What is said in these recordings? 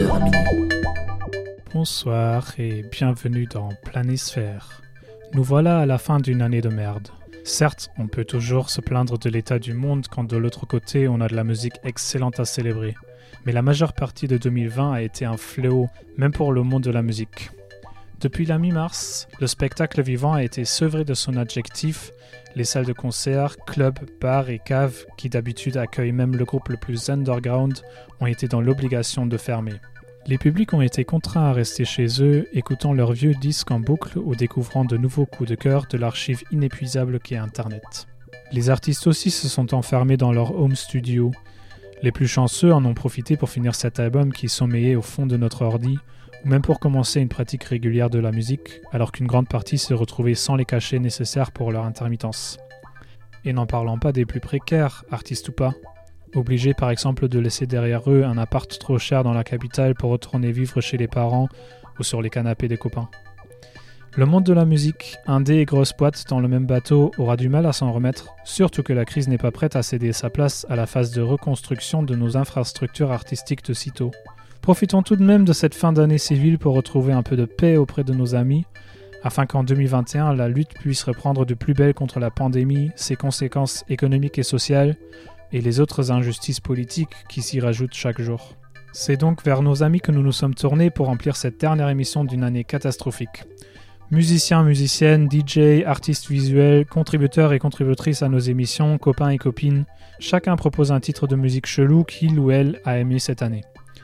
Bonsoir et bienvenue dans Planisphère. Nous voilà à la fin d'une année de merde. Certes, on peut toujours se plaindre de l'état du monde quand de l'autre côté on a de la musique excellente à célébrer. Mais la majeure partie de 2020 a été un fléau, même pour le monde de la musique. Depuis la mi-mars, le spectacle vivant a été sevré de son adjectif. Les salles de concert, clubs, bars et caves, qui d'habitude accueillent même le groupe le plus underground, ont été dans l'obligation de fermer. Les publics ont été contraints à rester chez eux, écoutant leurs vieux disques en boucle ou découvrant de nouveaux coups de cœur de l'archive inépuisable qu'est Internet. Les artistes aussi se sont enfermés dans leur home studio. Les plus chanceux en ont profité pour finir cet album qui sommeillait au fond de notre ordi, ou même pour commencer une pratique régulière de la musique, alors qu'une grande partie se retrouvait sans les cachets nécessaires pour leur intermittence. Et n'en parlant pas des plus précaires, artistes ou pas, obligés par exemple de laisser derrière eux un appart trop cher dans la capitale pour retourner vivre chez les parents ou sur les canapés des copains. Le monde de la musique, indé et grosse boîte dans le même bateau, aura du mal à s'en remettre, surtout que la crise n'est pas prête à céder sa place à la phase de reconstruction de nos infrastructures artistiques de sitôt. Profitons tout de même de cette fin d'année civile pour retrouver un peu de paix auprès de nos amis, afin qu'en 2021, la lutte puisse reprendre de plus belle contre la pandémie, ses conséquences économiques et sociales, et les autres injustices politiques qui s'y rajoutent chaque jour. C'est donc vers nos amis que nous nous sommes tournés pour remplir cette dernière émission d'une année catastrophique. Musiciens, musiciennes, DJ, artistes visuels, contributeurs et contributrices à nos émissions, copains et copines, chacun propose un titre de musique chelou qu'il ou elle a aimé cette année.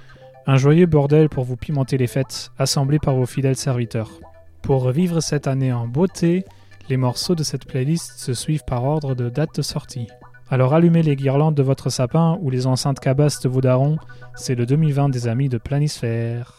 Un joyeux bordel pour vous pimenter les fêtes, assemblé par vos fidèles serviteurs. Pour revivre cette année en beauté, les morceaux de cette playlist se suivent par ordre de date de sortie. Alors allumez les guirlandes de votre sapin ou les enceintes cabasses de vos darons, c'est le 2020 des amis de Planisphère.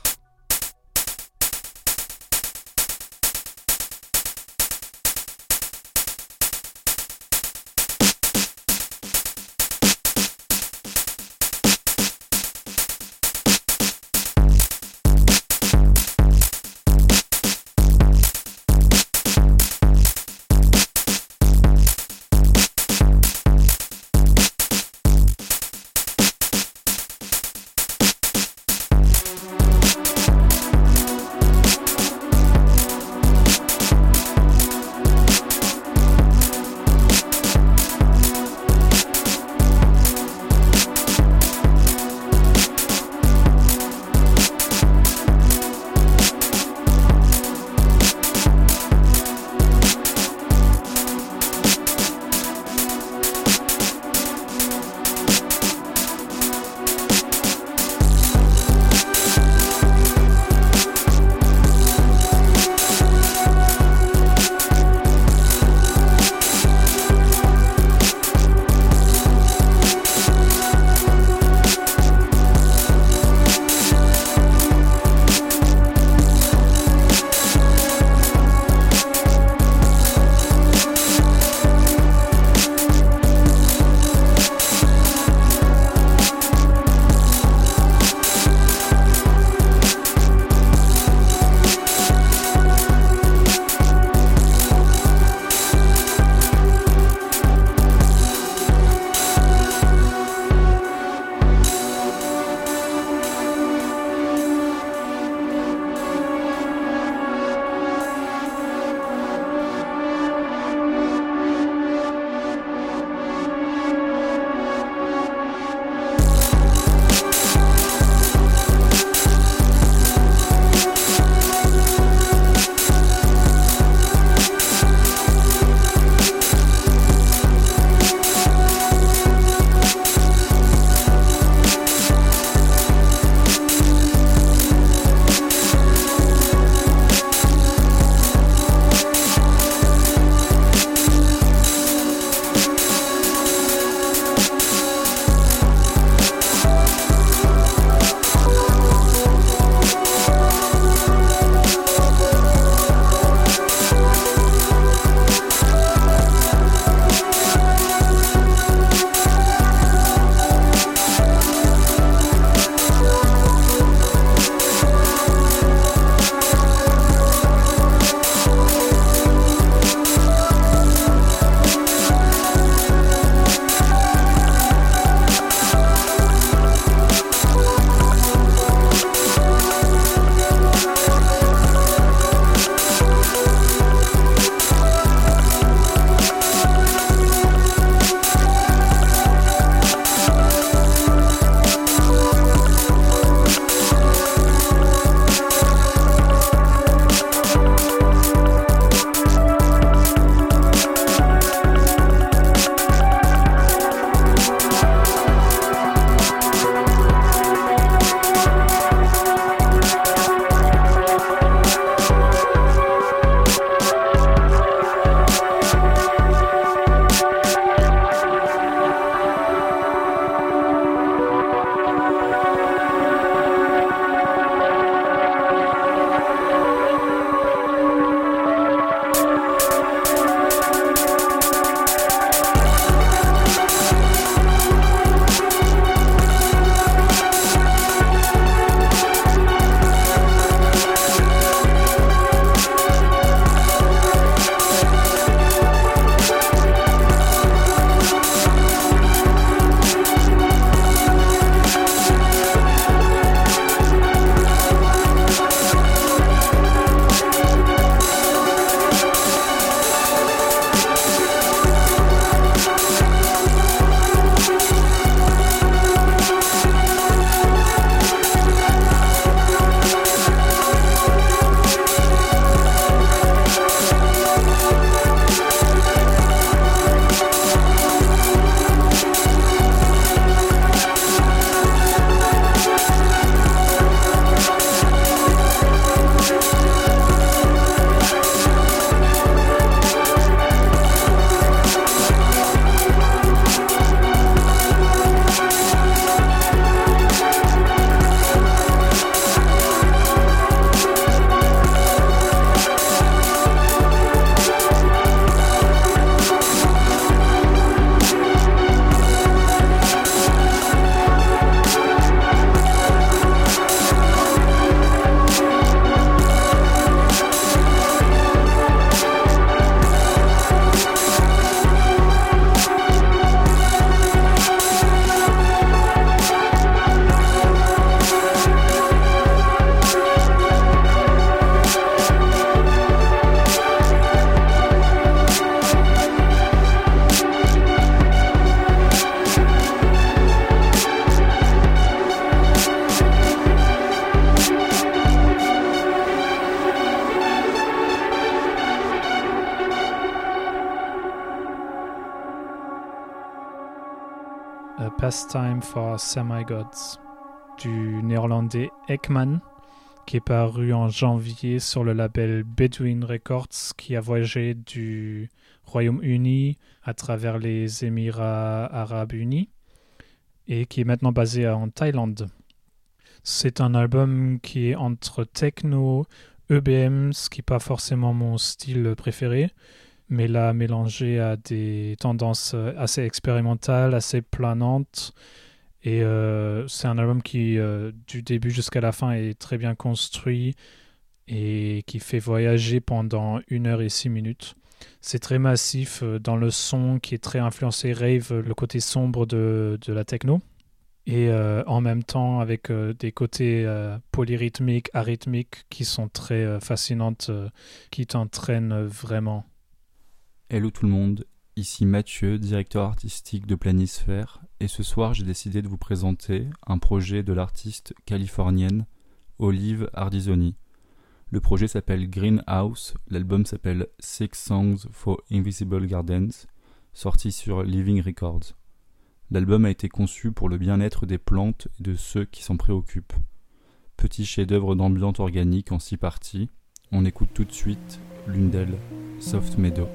Pastime for Semi-Gods du néerlandais Ekman, qui est paru en janvier sur le label Bedouin Records, qui a voyagé du Royaume-Uni à travers les Émirats arabes unis et qui est maintenant basé en Thaïlande. C'est un album qui est entre techno, EBM, ce qui n'est pas forcément mon style préféré, mais là mélangé à des tendances assez expérimentales, assez planantes. Et c'est un album qui, du début jusqu'à la fin, est très bien construit et qui fait voyager pendant 1h06. C'est très massif dans le son qui est très influencé rave, le côté sombre de la techno. Et en même temps avec des côtés polyrythmiques, arythmiques qui sont très fascinantes, qui t'entraînent vraiment. Hello tout le monde, ici Mathieu, directeur artistique de Planisphère, et ce soir j'ai décidé de vous présenter un projet de l'artiste californienne Olive Ardizoni. Le projet s'appelle Greenhouse, l'album s'appelle Six Songs for Invisible Gardens, sorti sur Living Records. L'album a été conçu pour le bien-être des plantes et de ceux qui s'en préoccupent. Petit chef-d'œuvre d'ambiance organique en 6 parties, on écoute tout de suite l'une d'elles, Soft Meadow.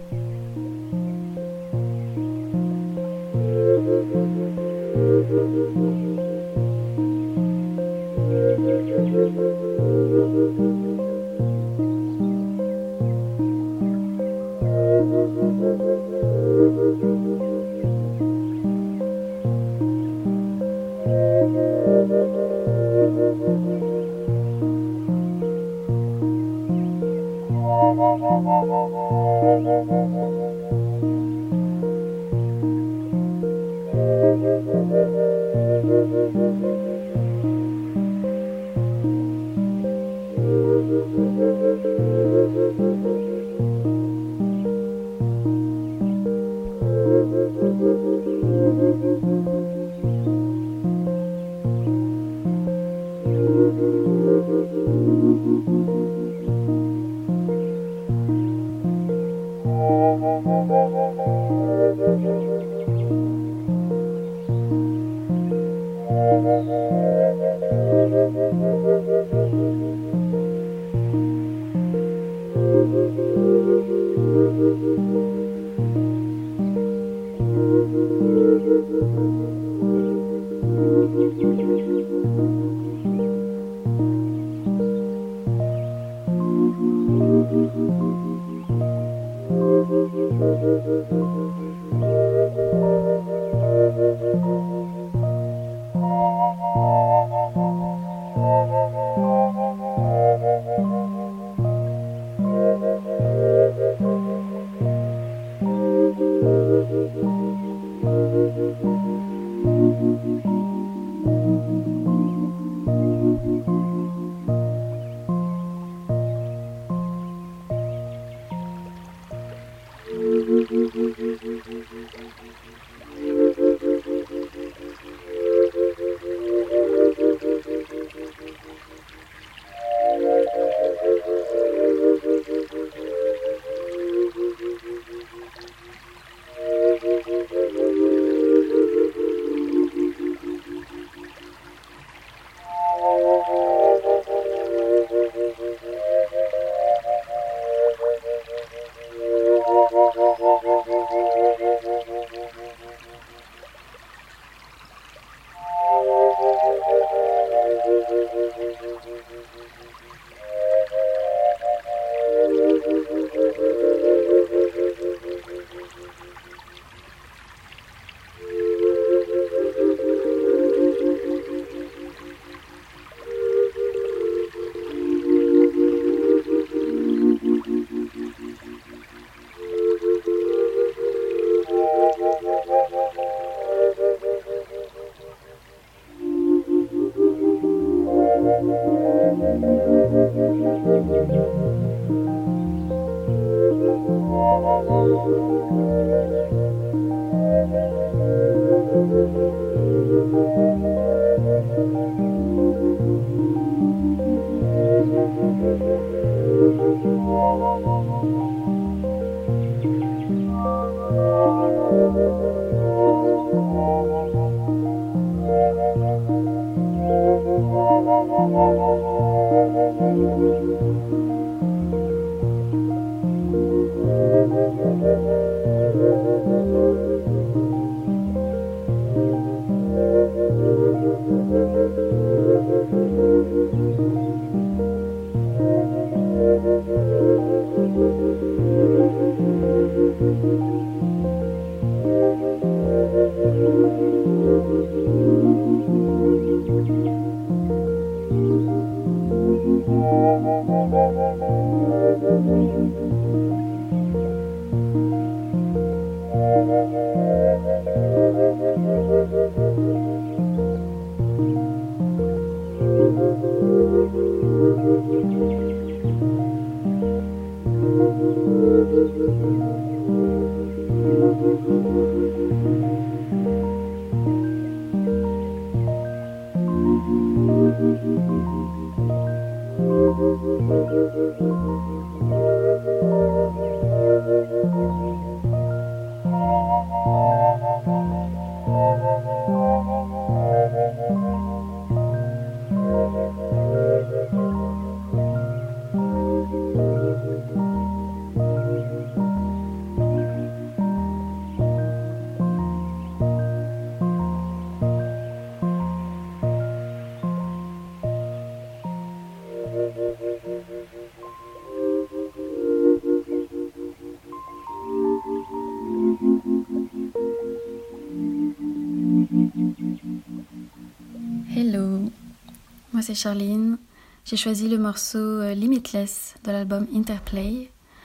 Hello, moi c'est Charline. J'ai choisi le morceau Limitless de l'album Interplay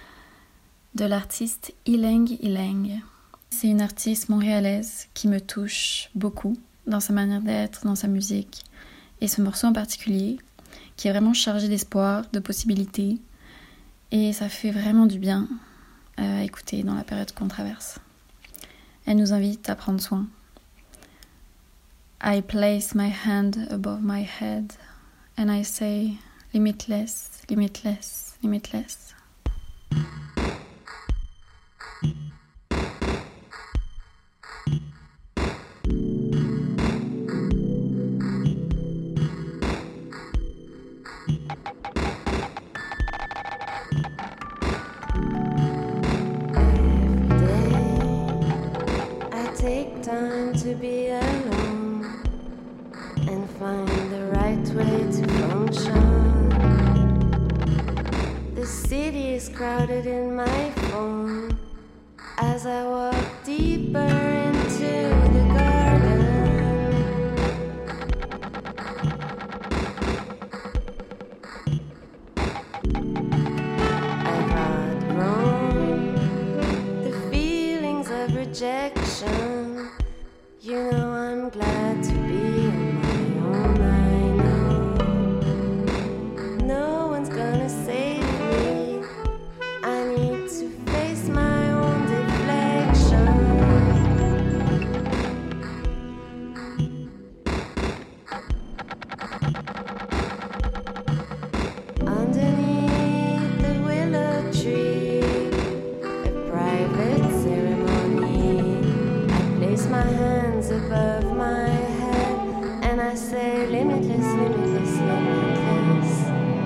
de l'artiste Ylang Ylang. C'est une artiste montréalaise qui me touche beaucoup dans sa manière d'être, dans sa musique. Et ce morceau en particulier, qui est vraiment chargé d'espoir, de possibilités. Et ça fait vraiment du bien à écouter dans la période qu'on traverse. Elle nous invite à prendre soin. I place my hand above my head and I say limitless, limitless, limitless. Time to be alone and find the right way to function. The city is crowded in my phone as I walk deeper into the garden. I've outgrown the feelings of rejection. You know I'm glad to be on my own, I know. No one's gonna save me. I need to face my own deflection. Underneath the willow tree, a private ceremony, I place my hands above my head and I say limitless, limitless, limitless.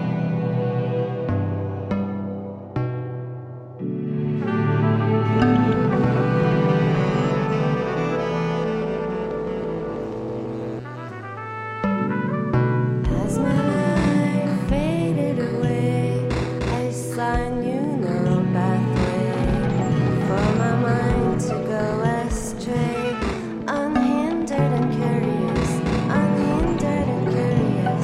As my life faded away, I saw a new neural pathway for my mind to go astray. Unhindered and curious, unhindered and curious.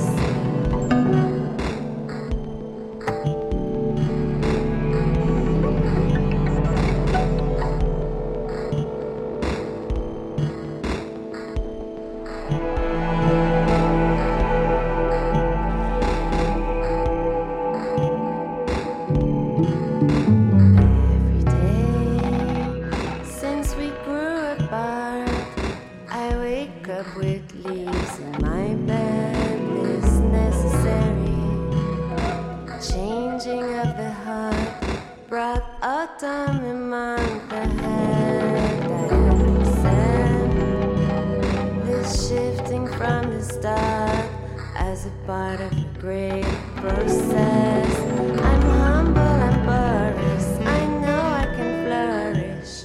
Every day since we grew apart, I wake up with leaves in my bed. This necessary changing of the heart brought autumn a month ahead. I accept this shifting from the start as as a part of a great process. I'm humble and porous, I know I can flourish.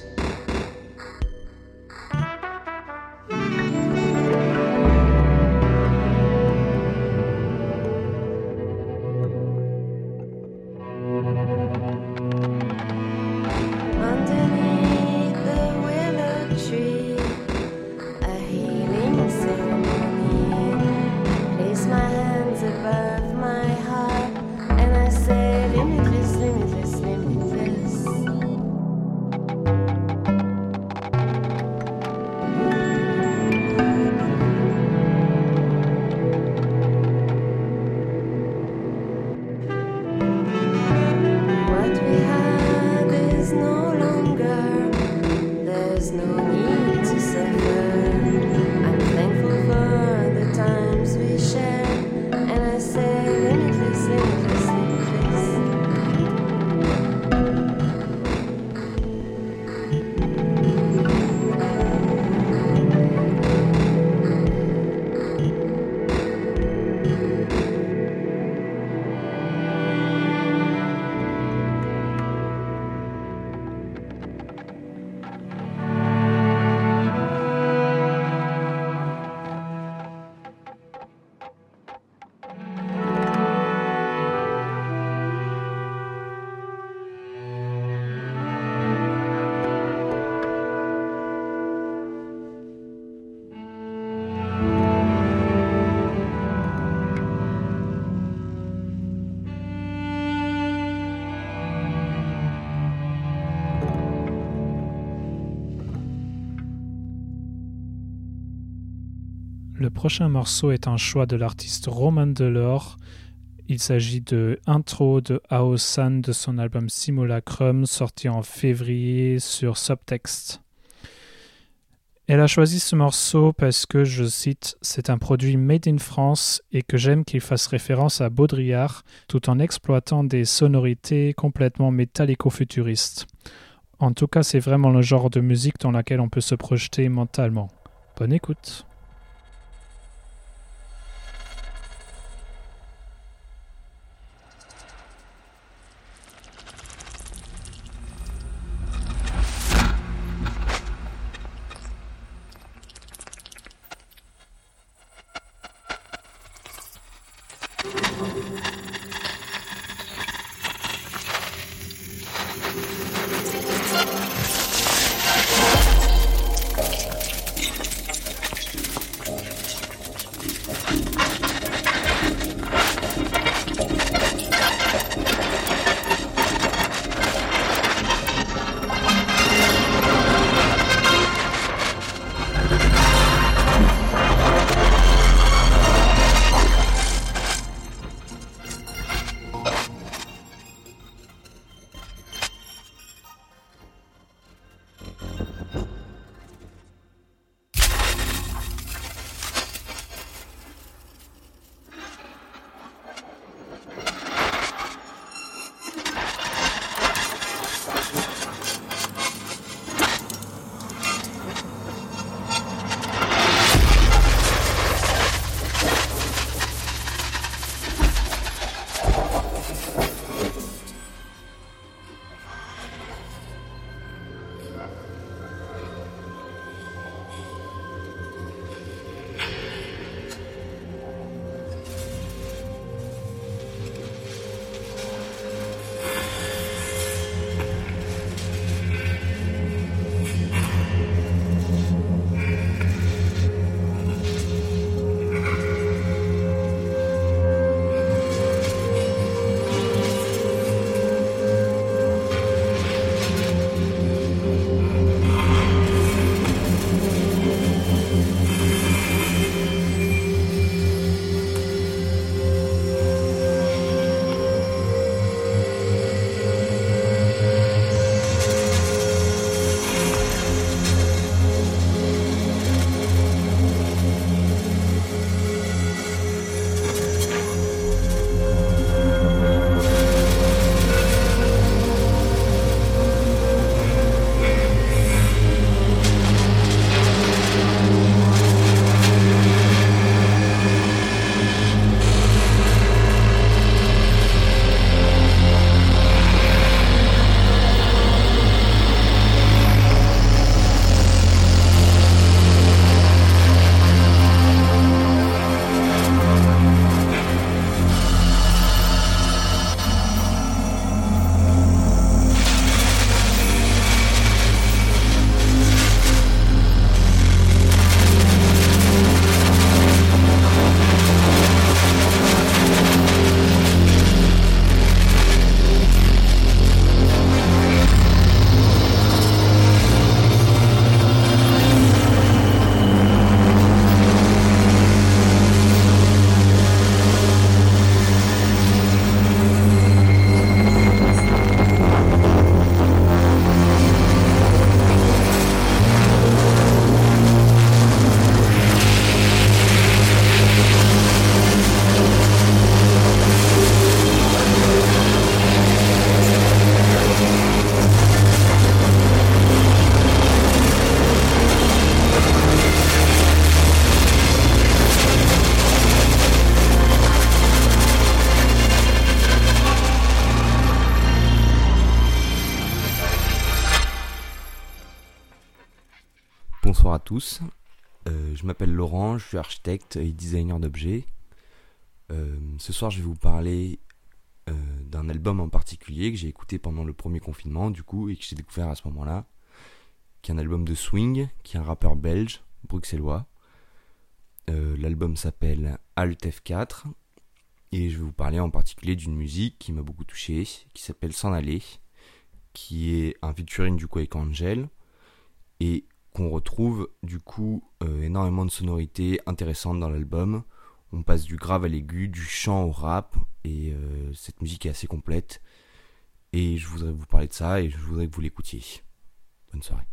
Underneath the willow tree, a healing ceremony. Place my hands above my heart, and I say limitless, limitless, limitless. What we had is no longer, there's no need to suffer. I'm thankful for the times we shared, and I say limitless, limitless, limitless. Le prochain morceau est un choix de l'artiste Roman Delors. Il s'agit de Intro de Aosan de son album Simulacrum sorti en février sur Subtext. Elle a choisi ce morceau parce que, je cite, « c'est un produit made in France et que j'aime qu'il fasse référence à Baudrillard tout en exploitant des sonorités complètement métallico-futuristes. En tout cas, c'est vraiment le genre de musique dans laquelle on peut se projeter mentalement. Bonne écoute !» Bonjour à tous, je m'appelle Laurent, je suis architecte et designer d'objets. Ce soir je vais vous parler d'un album en particulier que j'ai écouté pendant le premier confinement du coup et que j'ai découvert à ce moment-là, qui est un album de swing, qui est un rappeur belge, bruxellois. L'album s'appelle Alt F4 et je vais vous parler en particulier d'une musique qui m'a beaucoup touché, qui s'appelle S'en aller, qui est un featuring du coup avec Angel et qu'on retrouve du coup énormément de sonorités intéressantes dans l'album. On passe du grave à l'aigu, du chant au rap, et cette musique est assez complète. Et je voudrais vous parler de ça, et je voudrais que vous l'écoutiez. Bonne soirée.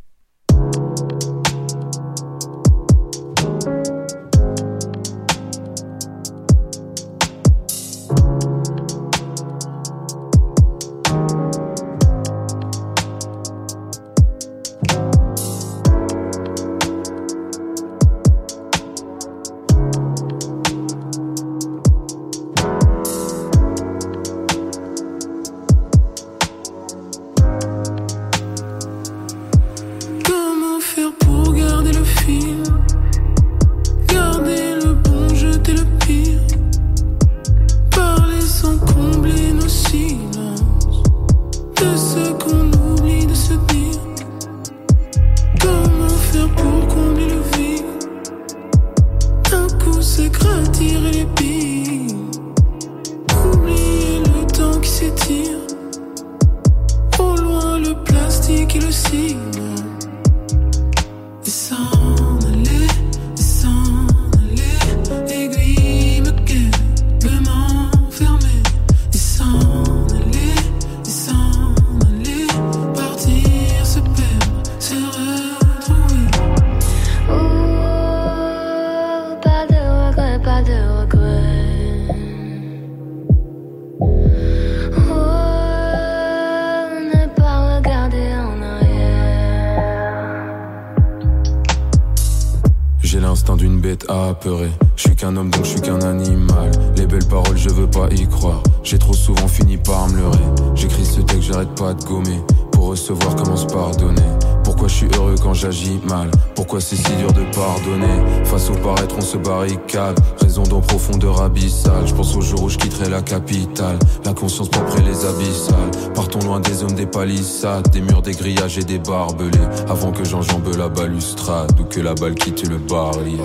Apeuré. Je suis qu'un homme donc je suis qu'un animal. Les belles paroles je veux pas y croire. J'ai trop souvent fini par me leurrer. J'écris ce texte j'arrête pas de gommer. Pour recevoir comment se pardonner. Pourquoi je suis heureux quand j'agis mal. Pourquoi c'est si dur de pardonner. Face au paraître on se barricade. Raison d'en profondeur abyssale. Je pense au jour où je quitterai la capitale. La conscience propre et les abyssales. Partons loin des hommes des palissades. Des murs, des grillages et des barbelés. Avant que j'enjambe la balustrade. Ou que la balle quitte le barrière.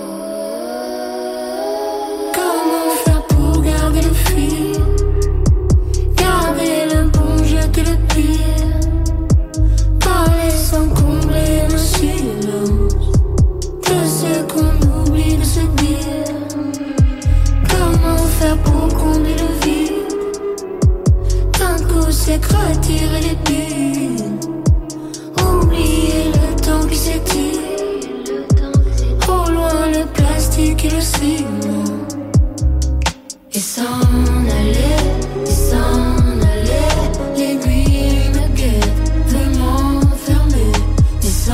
Garder le fil, garder le bon, jeter le pire, parler sans combler le silence, de ce qu'on oublie de se dire. Comment faire pour combler le vide, d'un coup s'écraser les piles, oublier le temps qui s'étire, au loin le plastique et le ciment. Et s'en aller, l'aiguille me guette, veut m'enfermer. Et s'en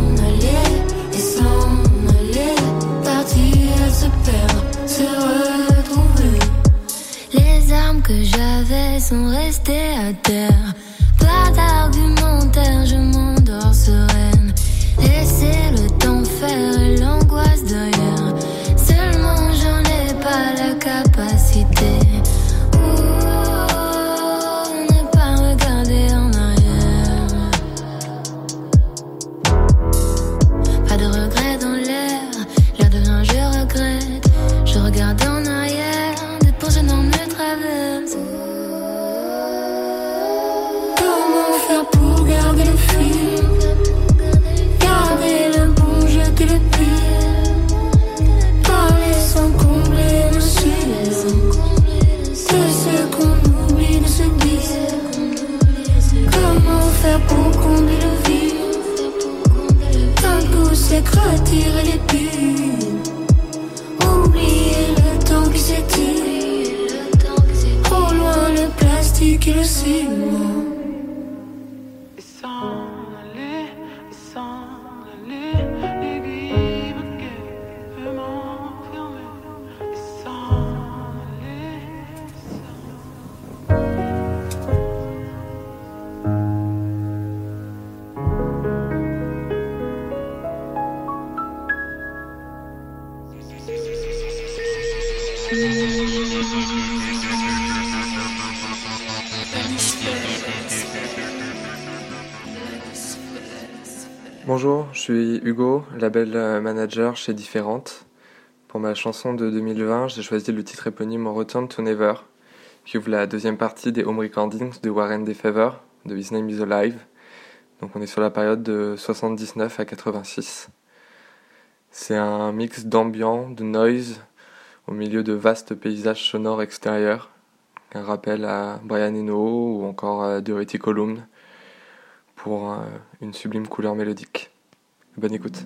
aller, partir, se perdre, se retrouver. Les armes que j'avais sont restées à terre. Pas d'argumentaire, je m'endors sereine. Laissez le temps faire et l'angoisse derrière. Seulement j'en ai pas la capacité. Ne pas regarder en arrière. Pas de regret dans l'air de rien je regrette. Je regarde en arrière, des pensées non me traversent. Comment faire pour garder le fil, garder le bon, jeter le pire, parler sans combler le silence, de ce qu'on oublie de se dire. Comment faire pour combler le vide, d'un coup s'écraser les piles, oublier le temps qui s'étire, au loin le plastique et le ciment. Et s'en aller, l'aiguille me guette, veut m'enfermer. Et s'en aller, Bonjour, je suis Hugo, label manager chez Différentes. Pour ma chanson de 2020, j'ai choisi le titre éponyme Return to Never, qui ouvre la deuxième partie des home recordings de Warren DeFever, de His Name is Alive. Donc on est sur la période de 79 à 86. C'est un mix d'ambiance, de noise, au milieu de vastes paysages sonores extérieurs, un rappel à Brian Eno ou encore Dorothy Column pour une sublime couleur mélodique. Bonne écoute.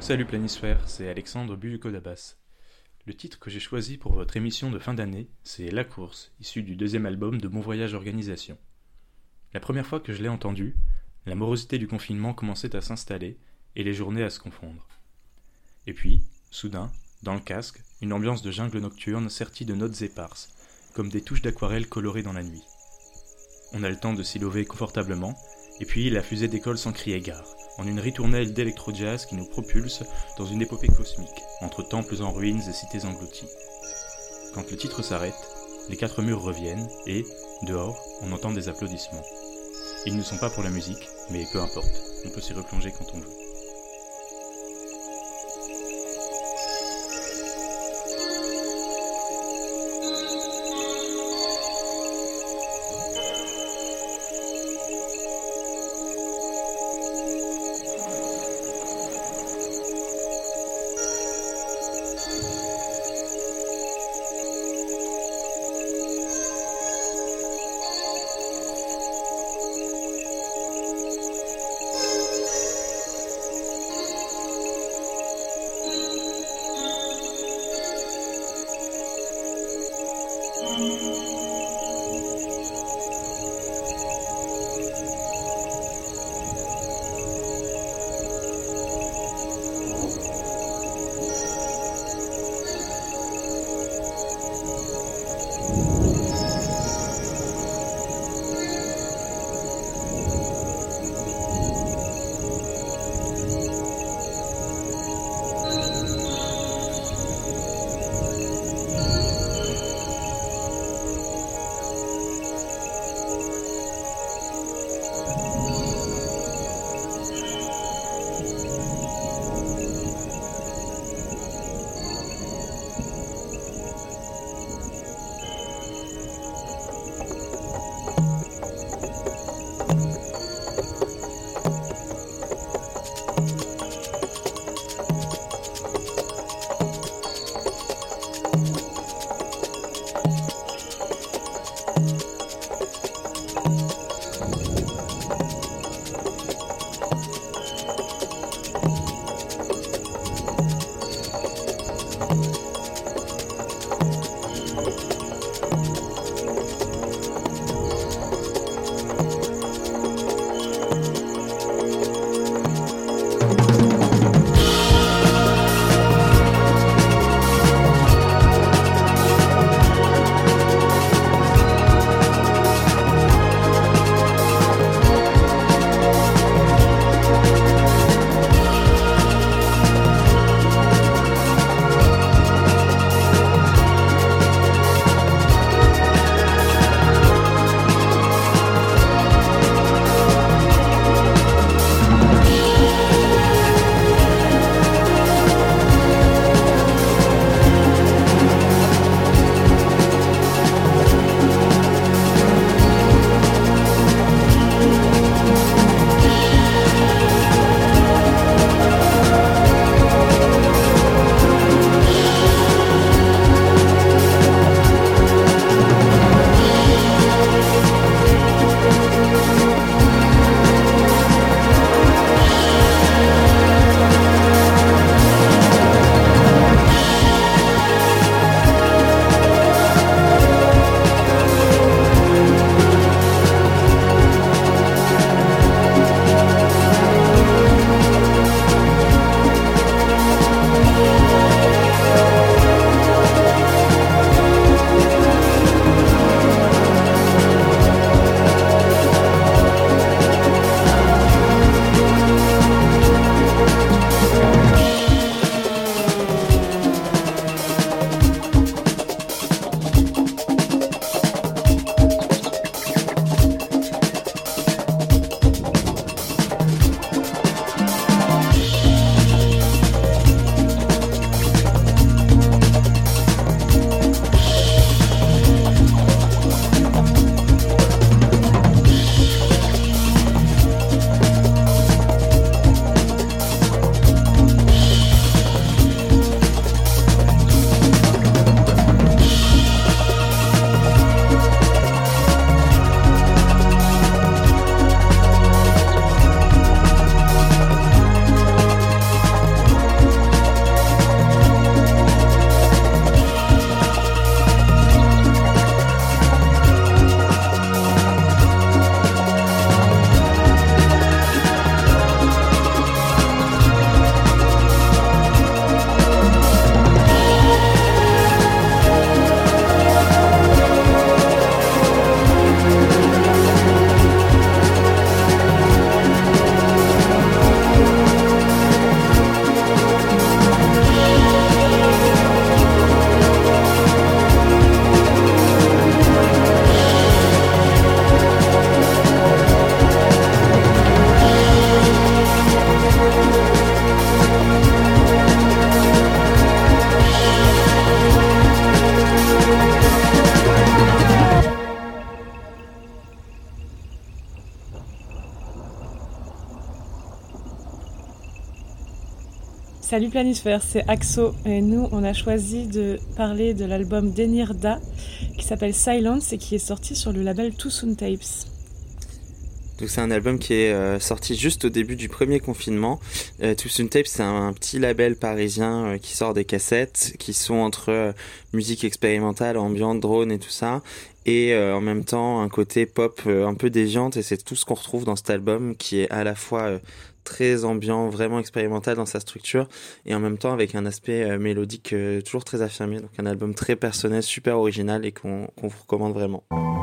Salut Planisphère, c'est Alexandre Buyuko-Dabas. Le titre que j'ai choisi pour votre émission de fin d'année, c'est La Course, issu du 2e album de Bon Voyage Organisation. La première fois que je l'ai entendu, la morosité du confinement commençait à s'installer et les journées à se confondre. Et puis, soudain, dans le casque, une ambiance de jungle nocturne sertie de notes éparses, comme des touches d'aquarelle colorées dans la nuit. On a le temps de s'y lever confortablement, et puis la fusée décolle sans crier gare, en une ritournelle d'électro-jazz qui nous propulse dans une épopée cosmique, entre temples en ruines et cités englouties. Quand le titre s'arrête, les 4 murs reviennent et, dehors, on entend des applaudissements. Ils ne sont pas pour la musique, mais peu importe, on peut s'y replonger quand on veut. Salut Planisphère, c'est Axo et nous on a choisi de parler de l'album d'Enirda qui s'appelle Silence et qui est sorti sur le label Too Soon Tapes. Donc c'est un album qui est sorti juste au début du premier confinement. Too Soon Tapes, c'est un petit label parisien qui sort des cassettes qui sont entre musique expérimentale, ambiante, drone et tout ça, et en même temps un côté pop un peu déviante, et c'est tout ce qu'on retrouve dans cet album qui est à la fois très ambiant, vraiment expérimental dans sa structure, et en même temps avec un aspect mélodique toujours très affirmé. Donc un album très personnel, super original et qu'on vous recommande vraiment.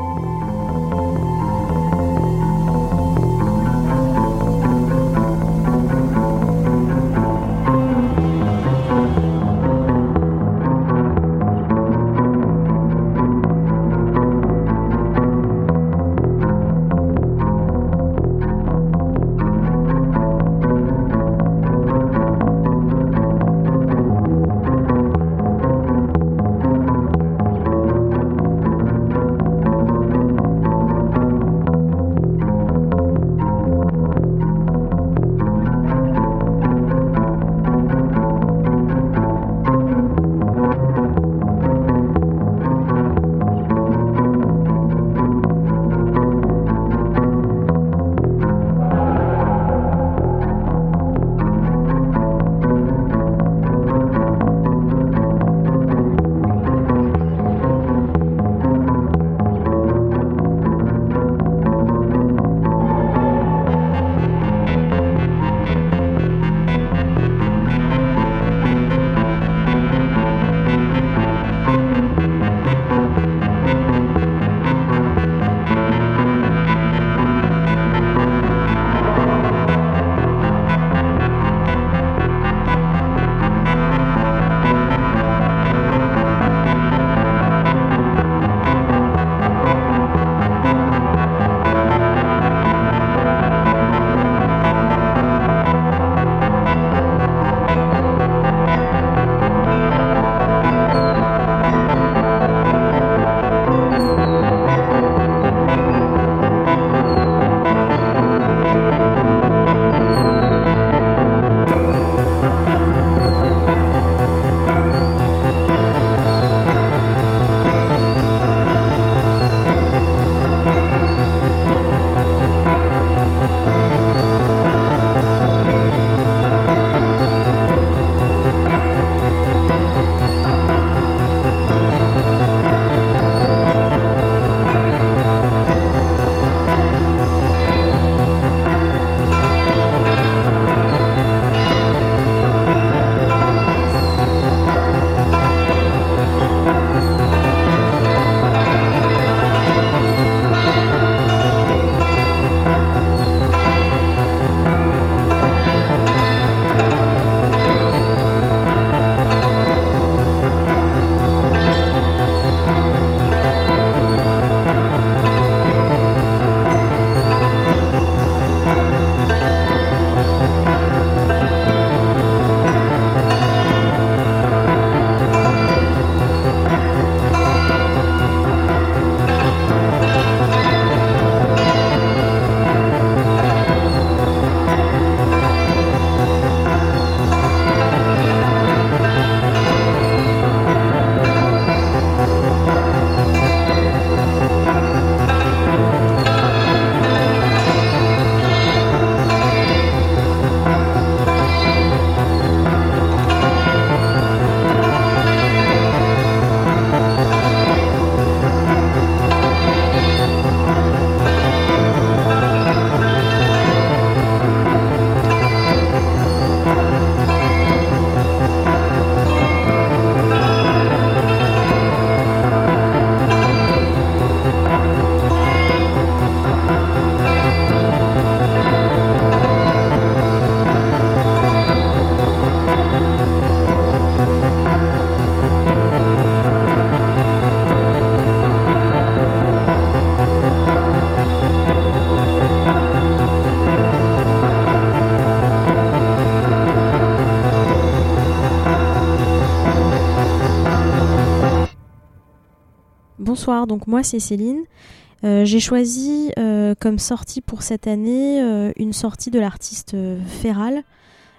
Bonsoir, donc moi c'est Céline. J'ai choisi comme sortie pour cette année une sortie de l'artiste Feral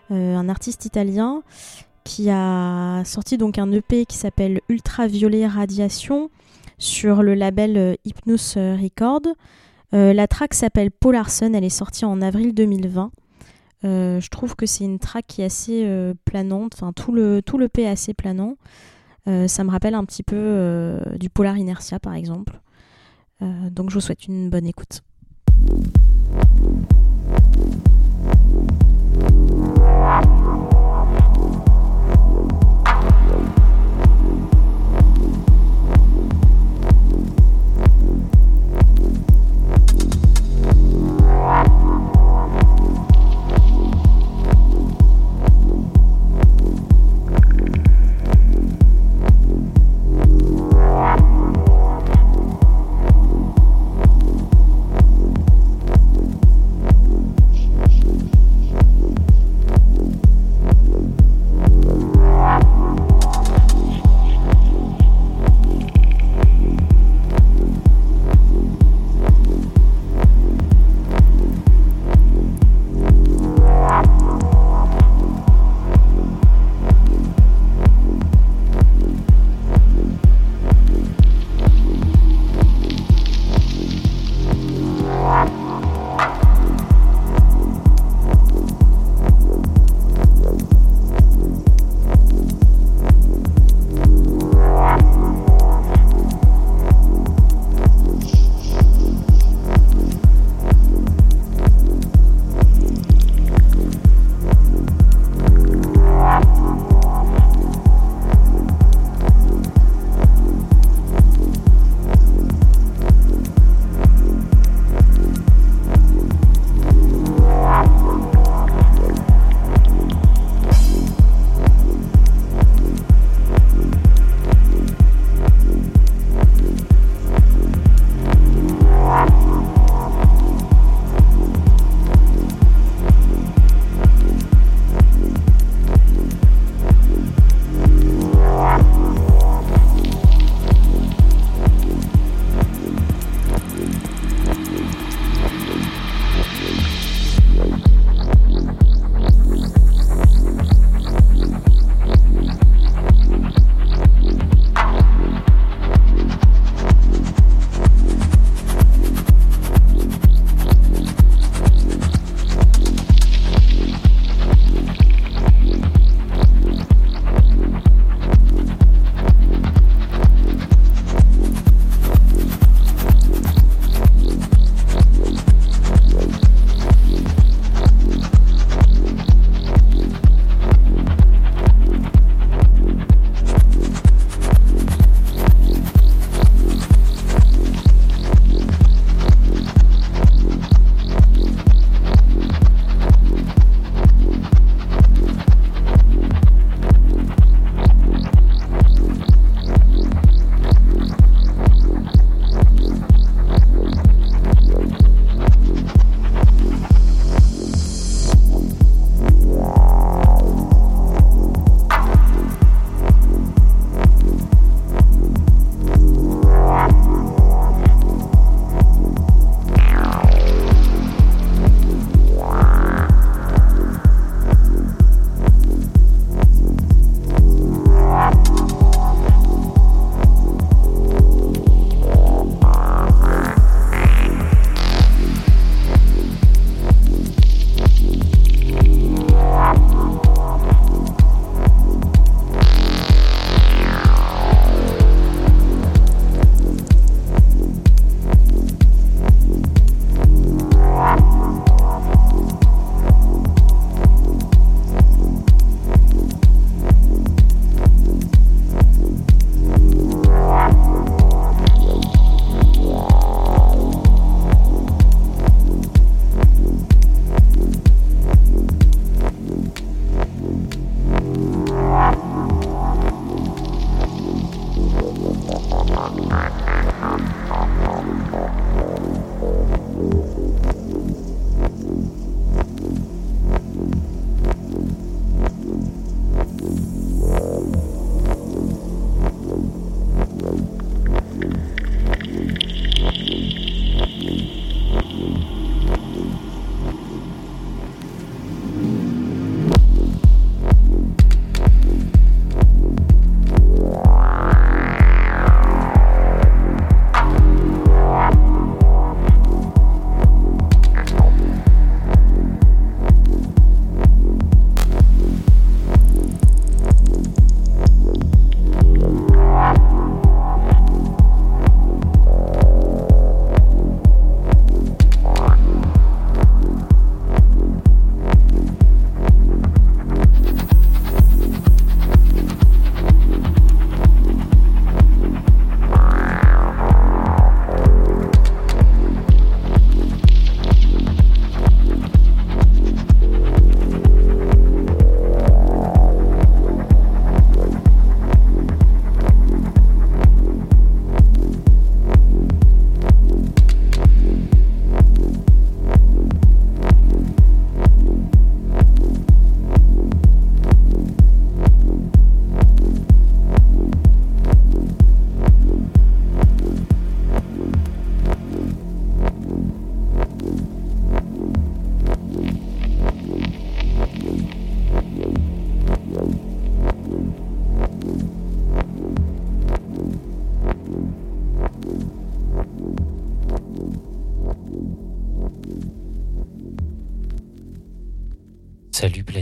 un artiste italien qui a sorti donc un EP qui s'appelle Ultraviolet Radiation sur le label Hypnus Records. La track s'appelle Polar Sun, elle est sortie en avril 2020. Je trouve que c'est une track qui est assez planante, enfin tout le EP est assez planant. Ça me rappelle un petit peu du Polar Inertia par exemple. Donc je vous souhaite une bonne écoute.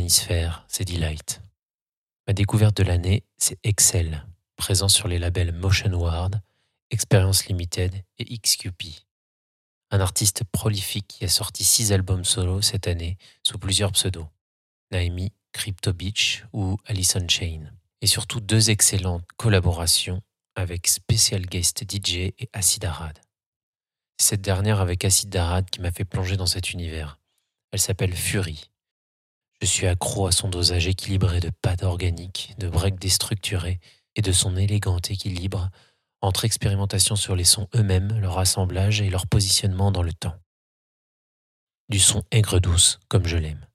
Planisphère, c'est Delight. Ma découverte de l'année, c'est Excel, présent sur les labels Motion Ward, Experience Limited et XQP. Un artiste prolifique qui a sorti 6 albums solo cette année sous plusieurs pseudos, Naimi, Crypto Beach ou Alison Chain. Et surtout 2 excellentes collaborations avec Special Guest DJ et Acid Arad. C'est cette dernière avec Acid Arad qui m'a fait plonger dans cet univers. Elle s'appelle Fury. Je suis accro à son dosage équilibré de pads organiques, de breaks déstructurés et de son élégant équilibre entre expérimentation sur les sons eux-mêmes, leur assemblage et leur positionnement dans le temps. Du son aigre-douce comme je l'aime.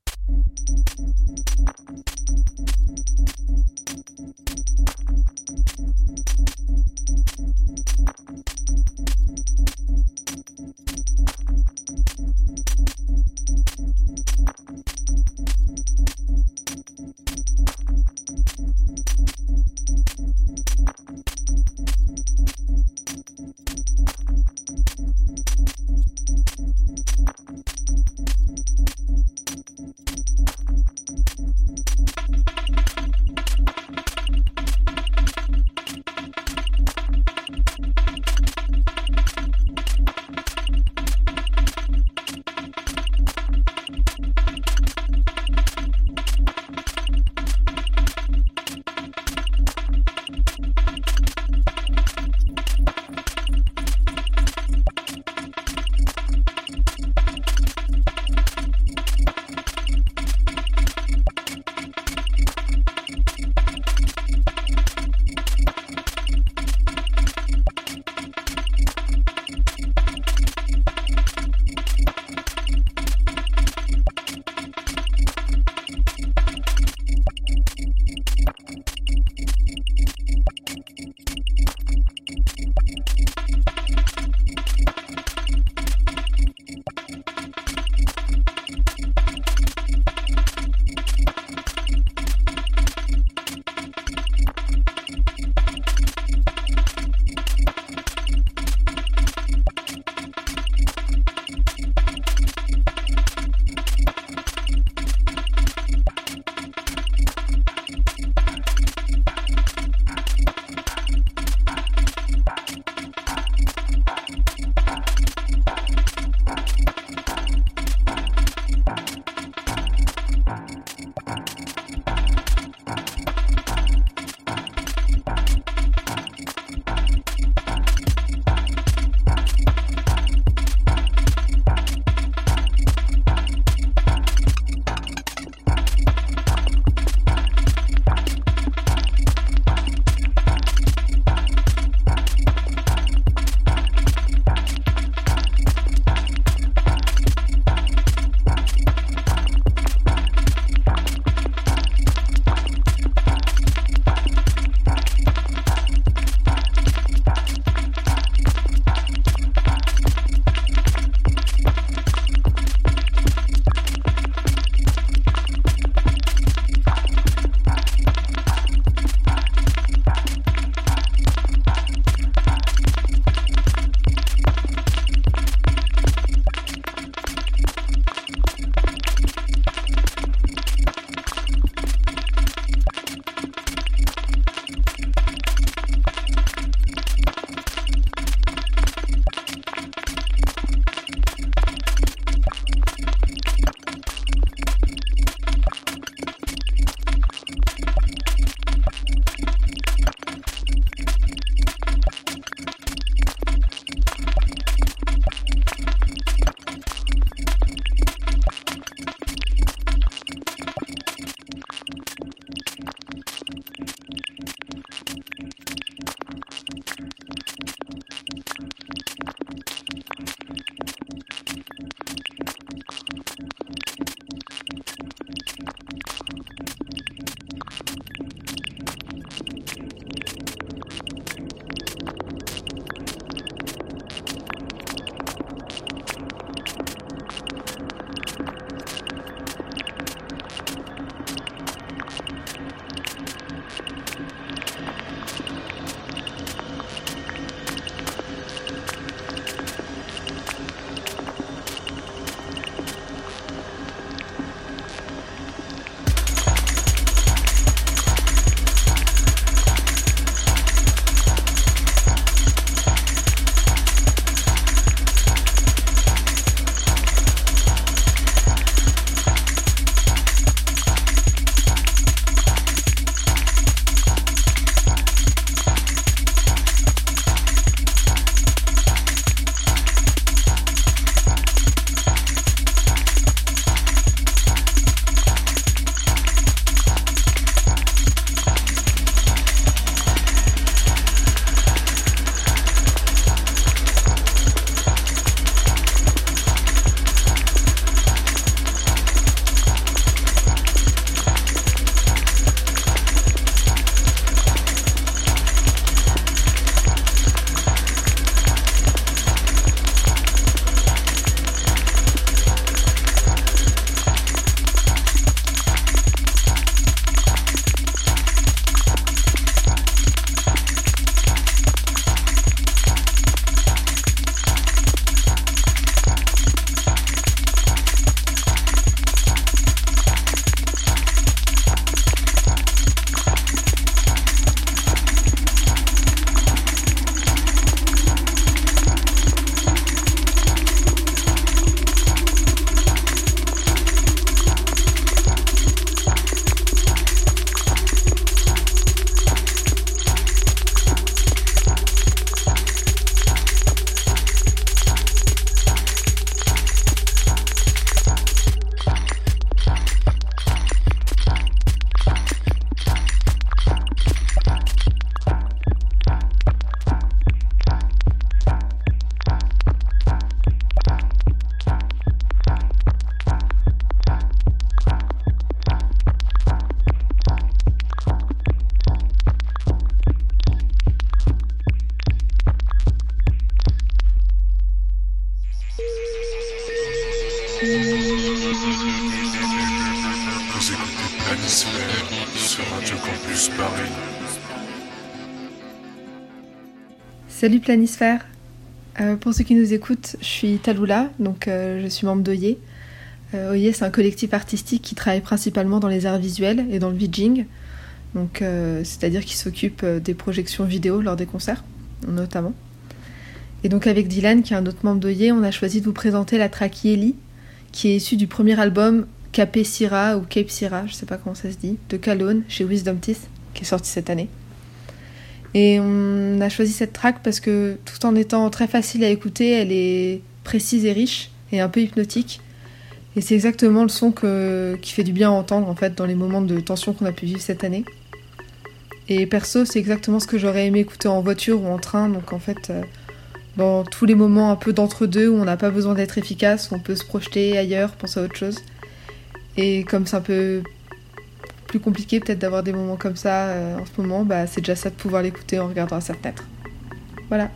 Salut Planisphère. Pour ceux qui nous écoutent, je suis Taloula, donc je suis membre d'Oye. Oye, c'est un collectif artistique qui travaille principalement dans les arts visuels et dans le VJing. Donc, c'est-à-dire qu'il s'occupe des projections vidéo lors des concerts, notamment. Et donc avec Dylan, qui est un autre membre d'Oye, on a choisi de vous présenter la track Yeli, qui est issue du premier album Cape Syrah ou Cape Syrah, je sais pas comment ça se dit, de Calonne chez Wisdom Teeth, qui est sorti cette année. Et on a choisi cette track parce que tout en étant très facile à écouter, elle est précise et riche et un peu hypnotique. Et c'est exactement le son qui fait du bien à entendre en fait dans les moments de tension qu'on a pu vivre cette année. Et perso, c'est exactement ce que j'aurais aimé écouter en voiture ou en train, donc en fait dans tous les moments un peu d'entre-deux où on n'a pas besoin d'être efficace, où on peut se projeter ailleurs, penser à autre chose. Et comme c'est un peu plus compliqué peut-être d'avoir des moments comme ça en ce moment, c'est déjà ça de pouvoir l'écouter en regardant à sa fenêtre. Voilà.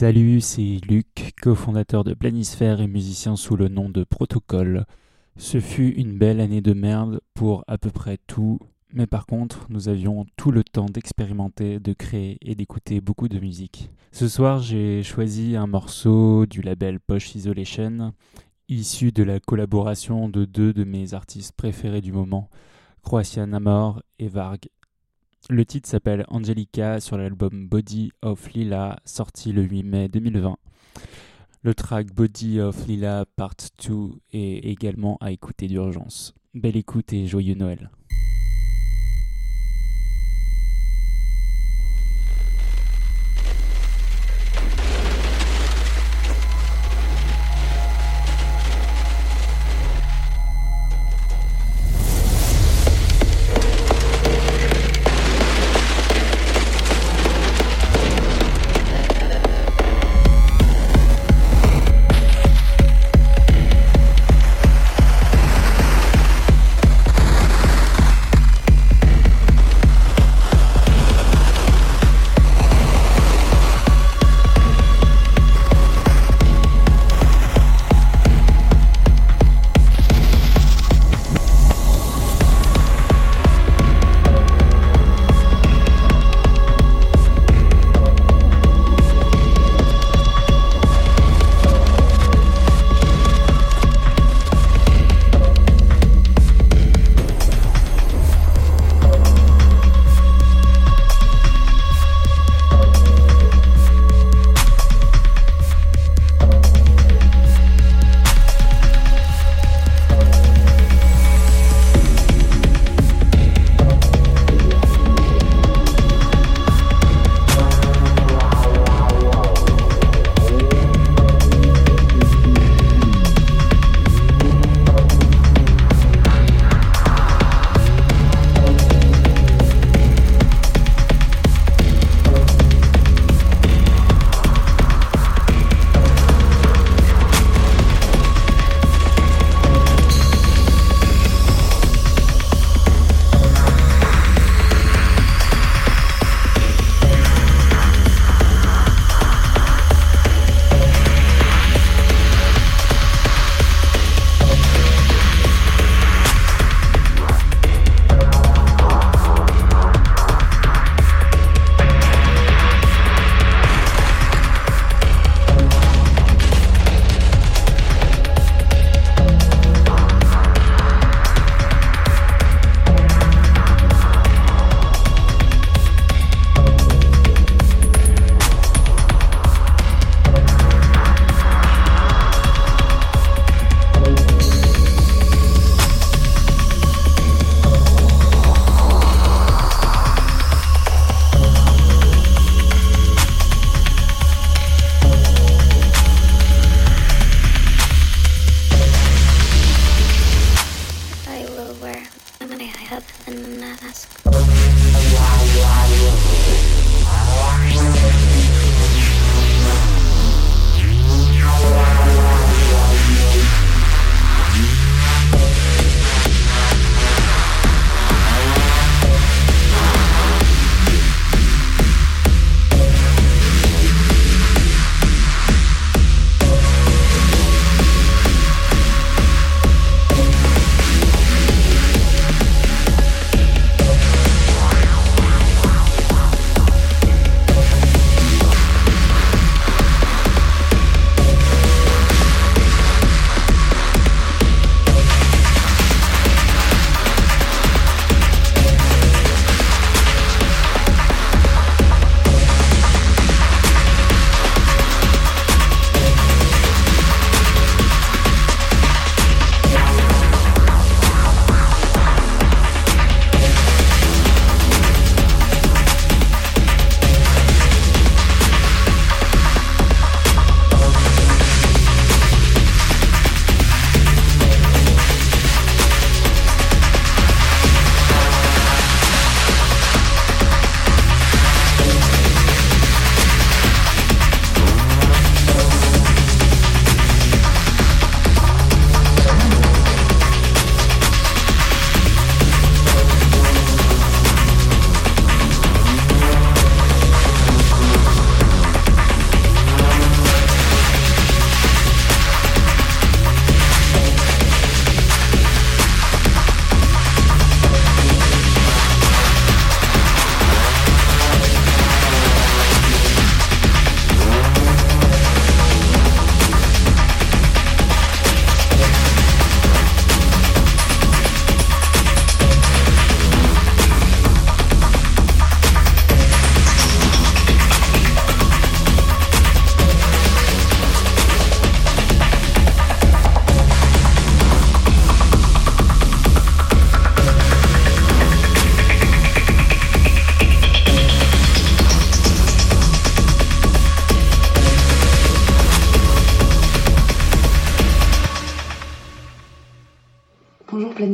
Salut, c'est Luc, cofondateur de Planisphère et musicien sous le nom de Protocole. Ce fut une belle année de merde pour à peu près tout, mais par contre, nous avions tout le temps d'expérimenter, de créer et d'écouter beaucoup de musique. Ce soir, j'ai choisi un morceau du label Posh Isolation, issu de la collaboration de deux de mes artistes préférés du moment, Croatian Amor et Varg. Le titre s'appelle Angelica sur l'album Body of Lila, sorti le 8 mai 2020. Le track Body of Lila Part 2 est également à écouter d'urgence. Belle écoute et joyeux Noël.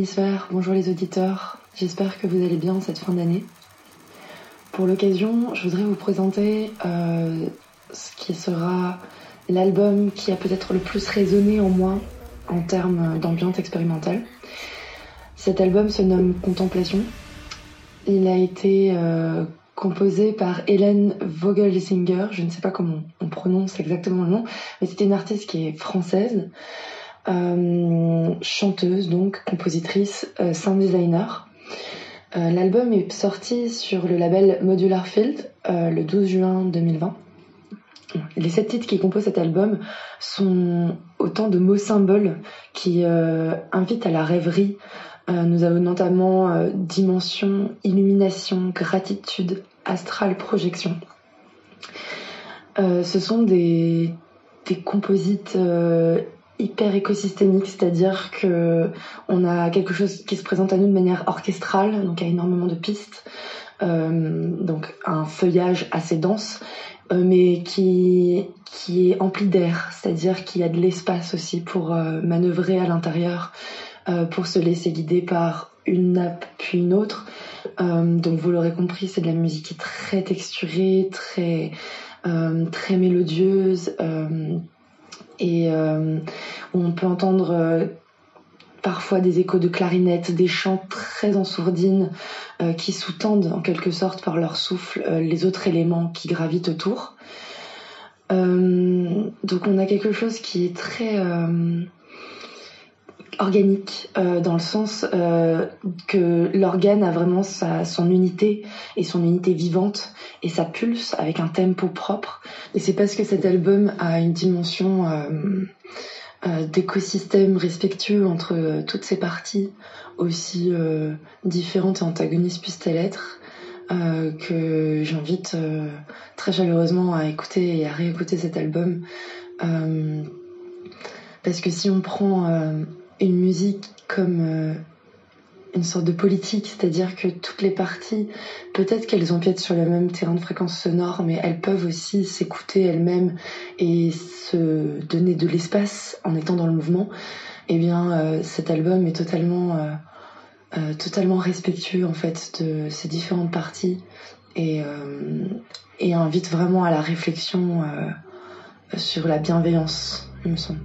Planisphère, bonjour les auditeurs, j'espère que vous allez bien en cette fin d'année. Pour l'occasion, je voudrais vous présenter ce qui sera l'album qui a peut-être le plus résonné en moi en termes d'ambiance expérimentale. Cet album se nomme Contemplation. Il a été composé par Hélène Vogelsinger, je ne sais pas comment on prononce exactement le nom, mais c'était une artiste qui est française, chanteuse donc, compositrice, sound designer. L'album est sorti sur le label Modular Field le 12 juin 2020. Les 7 titres qui composent cet album sont autant de mots symboles qui invitent à la rêverie. Nous avons notamment dimension, illumination, gratitude, astral, projection. Ce sont des composites hyper écosystémiques, c'est-à-dire que on a quelque chose qui se présente à nous de manière orchestrale, donc il y a énormément de pistes, donc un feuillage assez dense, mais qui est empli d'air, c'est-à-dire qu'il y a de l'espace aussi pour manœuvrer à l'intérieur, pour se laisser guider par une nappe puis une autre. Donc vous l'aurez compris, c'est de la musique qui est très texturée, très mélodieuse, et on peut entendre parfois des échos de clarinette, des chants très en sourdine qui sous-tendent en quelque sorte par leur souffle les autres éléments qui gravitent autour. Donc on a quelque chose qui est très organique, dans le sens que l'organe a vraiment son unité et son unité vivante et ça pulse avec un tempo propre. Et c'est parce que cet album a une dimension d'écosystème respectueux entre toutes ces parties, aussi différentes et antagonistes puissent-elles être, que j'invite très chaleureusement à écouter et à réécouter cet album, parce que si on prend une musique comme une sorte de politique, c'est-à-dire que toutes les parties, peut-être qu'elles empiètent sur le même terrain de fréquence sonore, mais elles peuvent aussi s'écouter elles-mêmes et se donner de l'espace en étant dans le mouvement. Eh bien, cet album est totalement respectueux en fait de ces différentes parties et invite vraiment à la réflexion sur la bienveillance, il me semble.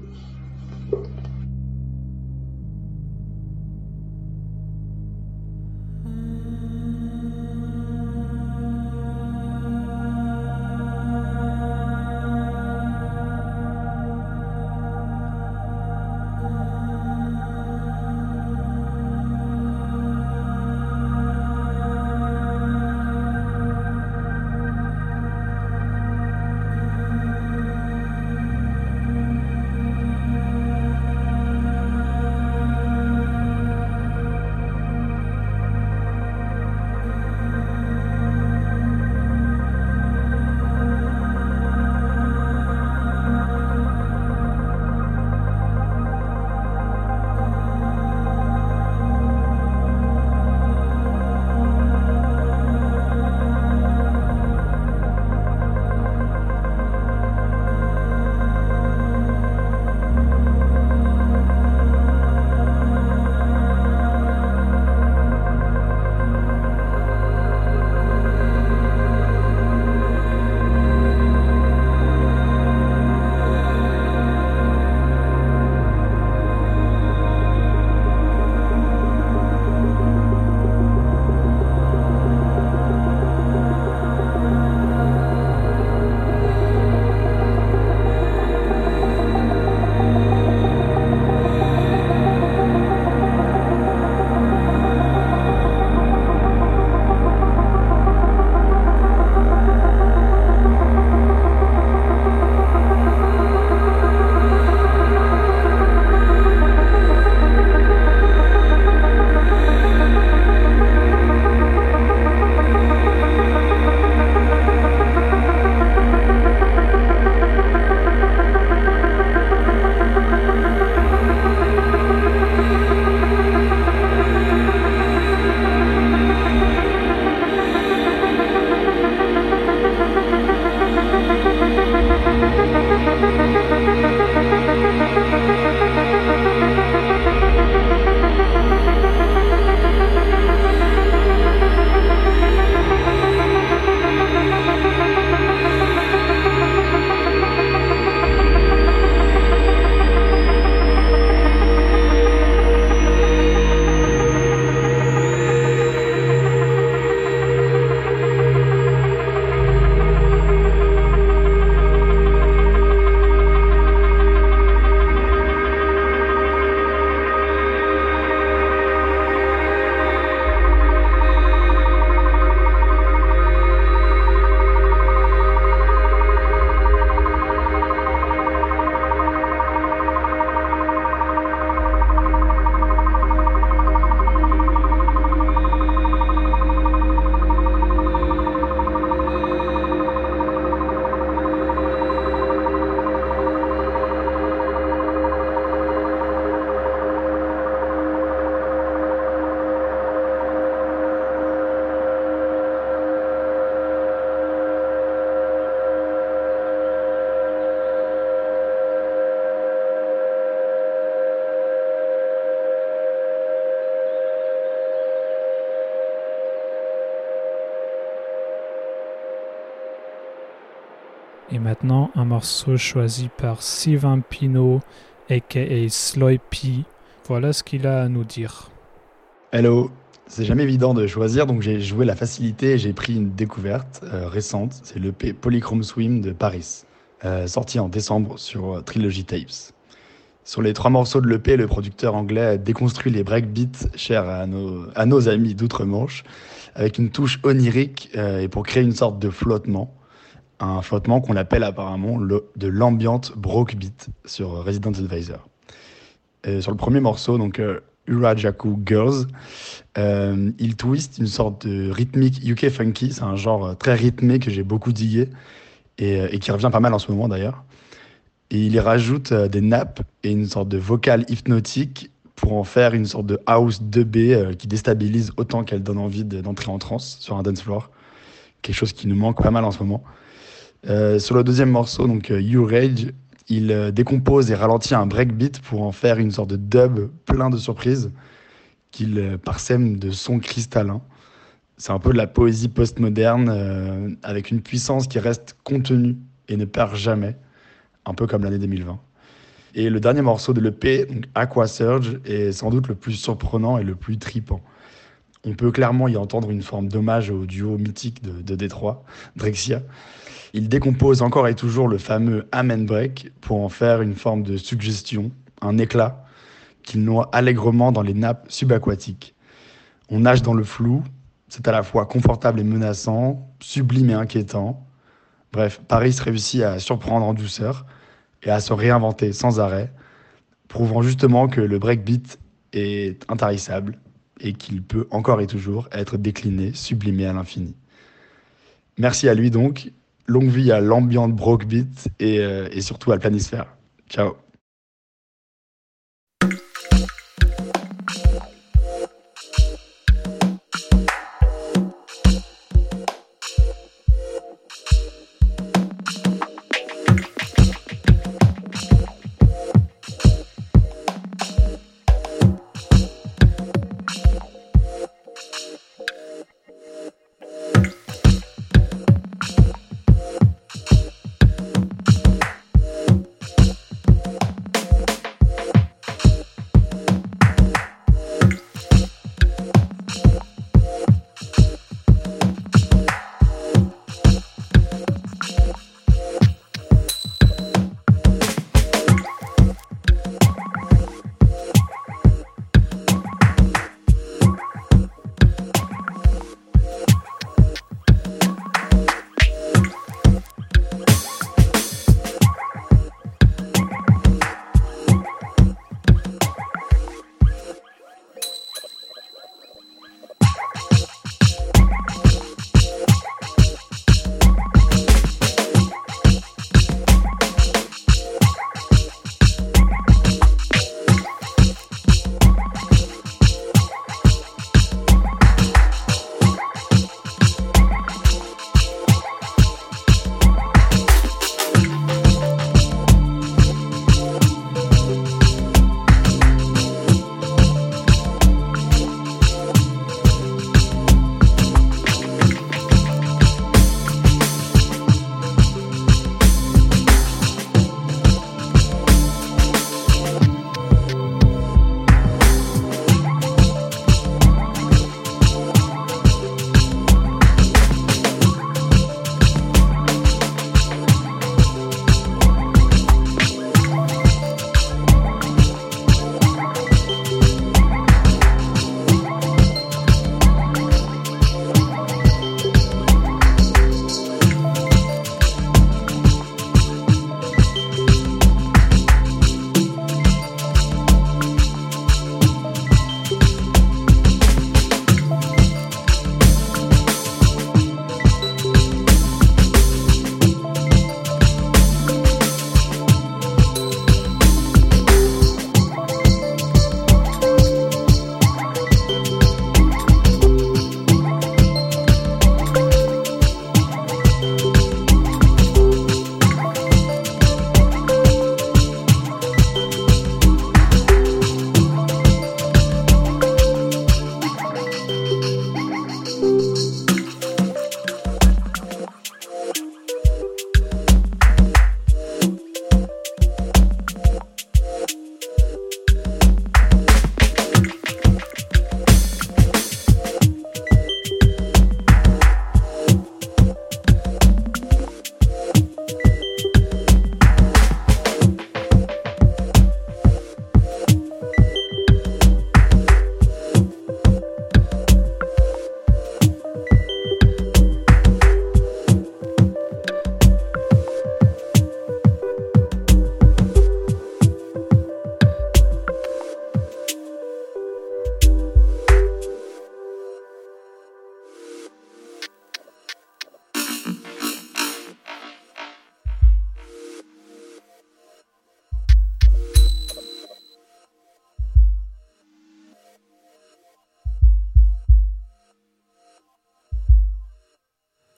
Et maintenant, un morceau choisi par Sylvain Pinault, a.k.a. Sloypy. Voilà ce qu'il a à nous dire. Hello, c'est jamais évident de choisir, donc j'ai joué la facilité et j'ai pris une découverte récente. C'est l'EP Polychrome Swim de Paris, sorti en décembre sur Trilogy Tapes. Sur les 3 morceaux de l'EP, le producteur anglais déconstruit les breakbeats chers à nos amis d'outre-Manche, avec une touche onirique et pour créer une sorte de flottement. Un flottement qu'on appelle apparemment de l'ambient brokebeat sur Resident Advisor. Sur le premier morceau, donc Urajaku Girls, il twist une sorte de rythmique UK funky. C'est un genre très rythmé que j'ai beaucoup digué et qui revient pas mal en ce moment d'ailleurs. Et il y rajoute des nappes et une sorte de vocal hypnotique pour en faire une sorte de house 2B qui déstabilise autant qu'elle donne envie d'entrer en transe sur un dance floor. Quelque chose qui nous manque pas mal en ce moment. Sur le deuxième morceau, donc You Rage, il décompose et ralentit un breakbeat pour en faire une sorte de dub plein de surprises qu'il parsème de sons cristallins. C'est un peu de la poésie postmoderne avec une puissance qui reste contenue et ne perd jamais, un peu comme l'année 2020. Et le dernier morceau de l'EP, donc Aqua Surge, est sans doute le plus surprenant et le plus tripant. On peut clairement y entendre une forme d'hommage au duo mythique de Détroit, Drexciya. Il décompose encore et toujours le fameux Amen Break pour en faire une forme de suggestion, un éclat qu'il noie allègrement dans les nappes subaquatiques. On nage dans le flou, c'est à la fois confortable et menaçant, sublime et inquiétant. Bref, Paris réussit à surprendre en douceur et à se réinventer sans arrêt, prouvant justement que le breakbeat est intarissable et qu'il peut encore et toujours être décliné, sublimé à l'infini. Merci à lui donc. Longue vie à l'ambient breakbeat et surtout à la planisphère. Ciao.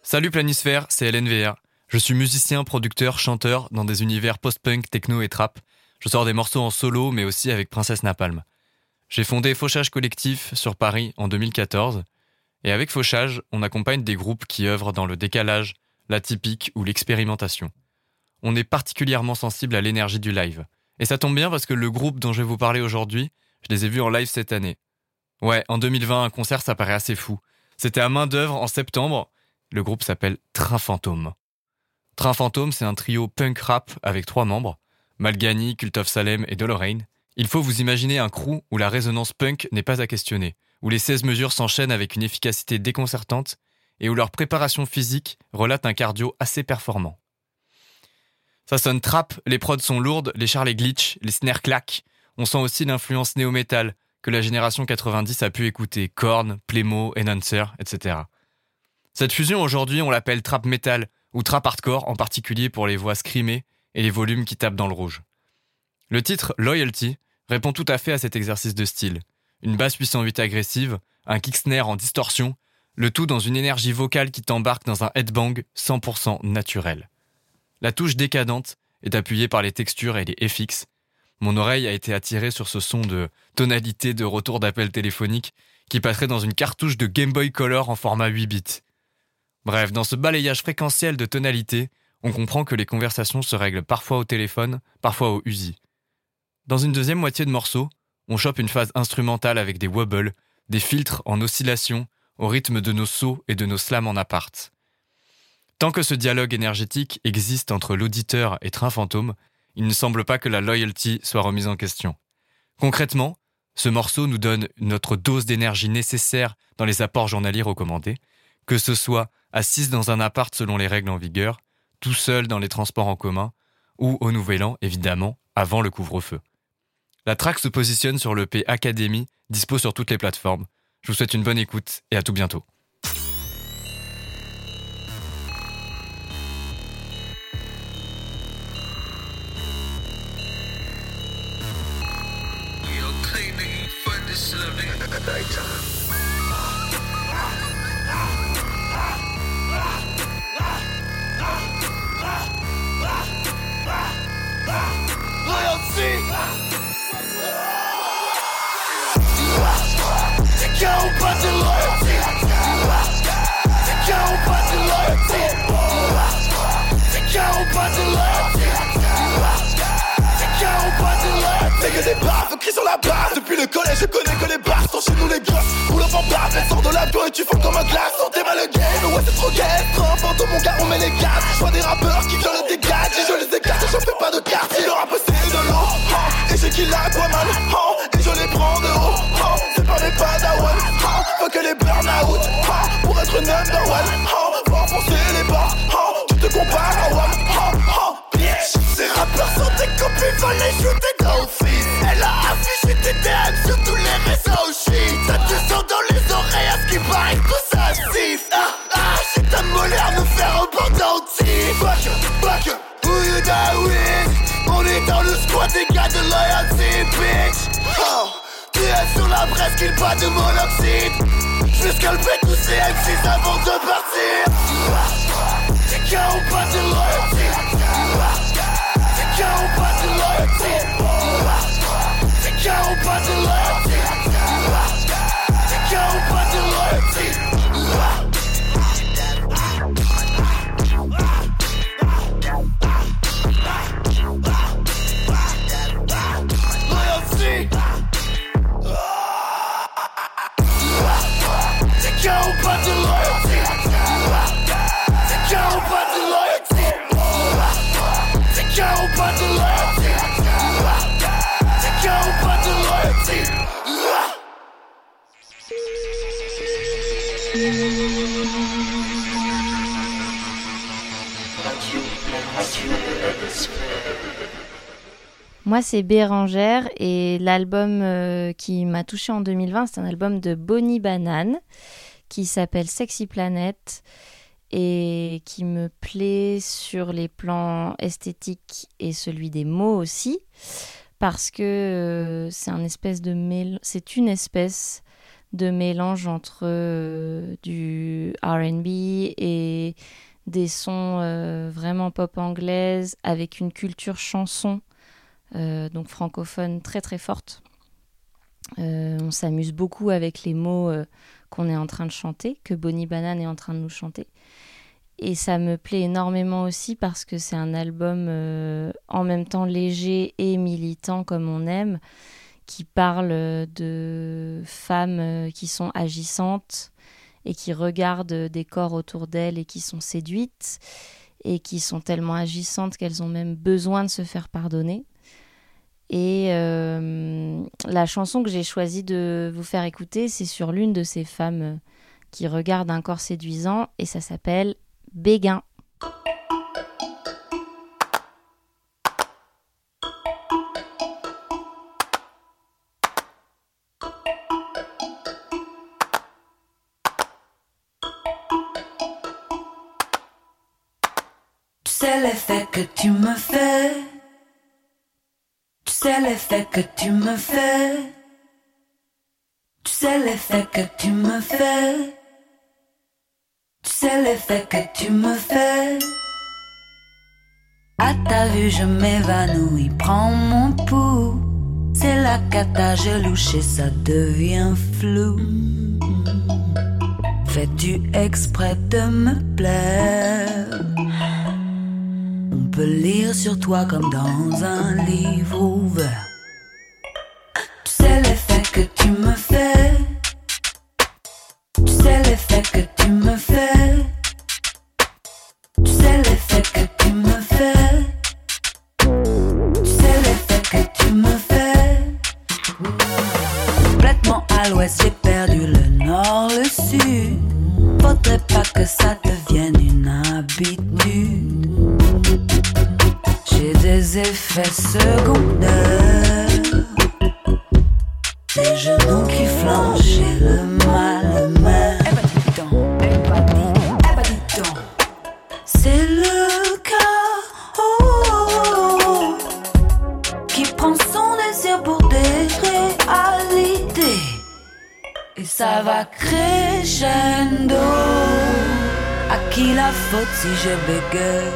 Salut Planisphère, c'est LNVR. Je suis musicien, producteur, chanteur dans des univers post-punk, techno et trap. Je sors des morceaux en solo, mais aussi avec Princesse Napalm. J'ai fondé Fauchage Collectif sur Paris en 2014. Et avec Fauchage, on accompagne des groupes qui œuvrent dans le décalage, l'atypique ou l'expérimentation. On est particulièrement sensible à l'énergie du live. Et ça tombe bien parce que le groupe dont je vais vous parler aujourd'hui, je les ai vus en live cette année. Ouais, en 2020, un concert, ça paraît assez fou. C'était à main d'œuvre en septembre. Le groupe s'appelle Train Fantôme. Train Fantôme, c'est un trio punk rap avec 3 membres, Malgani, Cult of Salem et Dolorraine. Il faut vous imaginer un crew où la résonance punk n'est pas à questionner, où les 16 mesures s'enchaînent avec une efficacité déconcertante et où leur préparation physique relate un cardio assez performant. Ça sonne trap, les prods sont lourdes, les charles glitch, les snares claquent. On sent aussi l'influence néo-metal que la génération 90 a pu écouter, Korn, Playmo, Enhancer, etc. Cette fusion aujourd'hui, on l'appelle trap metal ou trap hardcore, en particulier pour les voix screamées et les volumes qui tapent dans le rouge. Le titre Loyalty répond tout à fait à cet exercice de style. Une basse 808 agressive, un kick snare en distorsion, le tout dans une énergie vocale qui t'embarque dans un headbang 100% naturel. La touche décadente est appuyée par les textures et les FX. Mon oreille a été attirée sur ce son de tonalité de retour d'appel téléphonique qui passerait dans une cartouche de Game Boy Color en format 8 bits. Bref, dans ce balayage fréquentiel de tonalité, on comprend que les conversations se règlent parfois au téléphone, parfois au Uzi. Dans une deuxième moitié de morceau, on chope une phase instrumentale avec des wobbles, des filtres en oscillation, au rythme de nos sauts et de nos slams en appart. Tant que ce dialogue énergétique existe entre l'auditeur et Train Fantôme, il ne semble pas que la loyalty soit remise en question. Concrètement, ce morceau nous donne notre dose d'énergie nécessaire dans les apports journaliers recommandés, que ce soit assise dans un appart selon les règles en vigueur, tout seul dans les transports en commun, ou au Nouvel An, évidemment, avant le couvre-feu. La track se positionne sur l'EP Academy, dispo sur toutes les plateformes. Je vous souhaite une bonne écoute et à tout bientôt. C'est que des baffes, crie sur la base. Depuis le collège, je connais que les bars sont chez nous les gosses. Roule en baffe, elle sort de l'avion et tu fonds comme un glaçon. T'es mal le game, ouais c'est trop gay. Train fantôme, mon gars, on met les gaz. Je vois des rappeurs qui violent des gars. Je les écarte et j'en fais pas de quartier. Le rap c'est de l'eau, et j'ai qu'il l'Aquaman, et je les prends de haut. C'est pas mes padawans, faut que les burn-out. Pour être number one, faut enfoncer les barres. Tu te compares à Wam, bitch. Ces rappeurs sont des copies, veulent les shooter d'office. Elle a affiché tes DM sur tous les réseaux, shit. Ça te sent dans les oreilles à ce qui paraît que ça siffle. J'ai ta molaire me faire un pendentif. Fuck, who you die with? On est dans le squat des gars de loyalty, bitch. Tu es sur la presqu'île, pas de monoxyde. Je vais scalper tous ces M6 avant de partir. T'es KO, pas de loyalty. T'es KO, pas de loyalty. T'es KO, pas de loyalty. T'es KO, pas de loyalty. Moi, c'est Bérangère et l'album qui m'a touchée en 2020, c'est un album de Bonnie Banane qui s'appelle Sexy Planet et qui me plaît sur les plans esthétiques et celui des mots aussi, parce que c'est une espèce de mélange entre du R&B et des sons vraiment pop anglaise avec une culture chanson, donc francophone très très forte. On s'amuse beaucoup avec les mots qu'on est en train de chanter, que Bonnie Banane est en train de nous chanter. Et ça me plaît énormément aussi parce que c'est un album en même temps léger et militant comme on aime, qui parle de femmes qui sont agissantes et qui regardent des corps autour d'elles et qui sont séduites et qui sont tellement agissantes qu'elles ont même besoin de se faire pardonner. Et la chanson que j'ai choisi de vous faire écouter, c'est sur l'une de ces femmes qui regardent un corps séduisant et ça s'appelle Béguin. Tu sais l'effet que tu me fais. Tu sais l'effet que tu me fais. Tu sais l'effet que tu me fais. Tu sais l'effet que tu me fais. À ta vue je m'évanouis, prends mon pouls. C'est la cata, je louche et ça devient flou. Fais-tu exprès de me plaire? On peut lire sur toi comme dans un livre ouvert. Tu sais l'effet que tu me fais. Tu sais l'effet que tu me fais. Tu sais l'effet que tu me fais. Tu sais l'effet que tu me fais. Complètement à l'ouest, j'ai perdu le nord, le sud. Faudrait pas que ça devienne une habitude. J'ai des effets secondaires. Les genoux qui flanchent et le mal même. C'est le cas qui prend son désir pour des réalités. Et ça va crescendo. À qui la faute si je bégaye?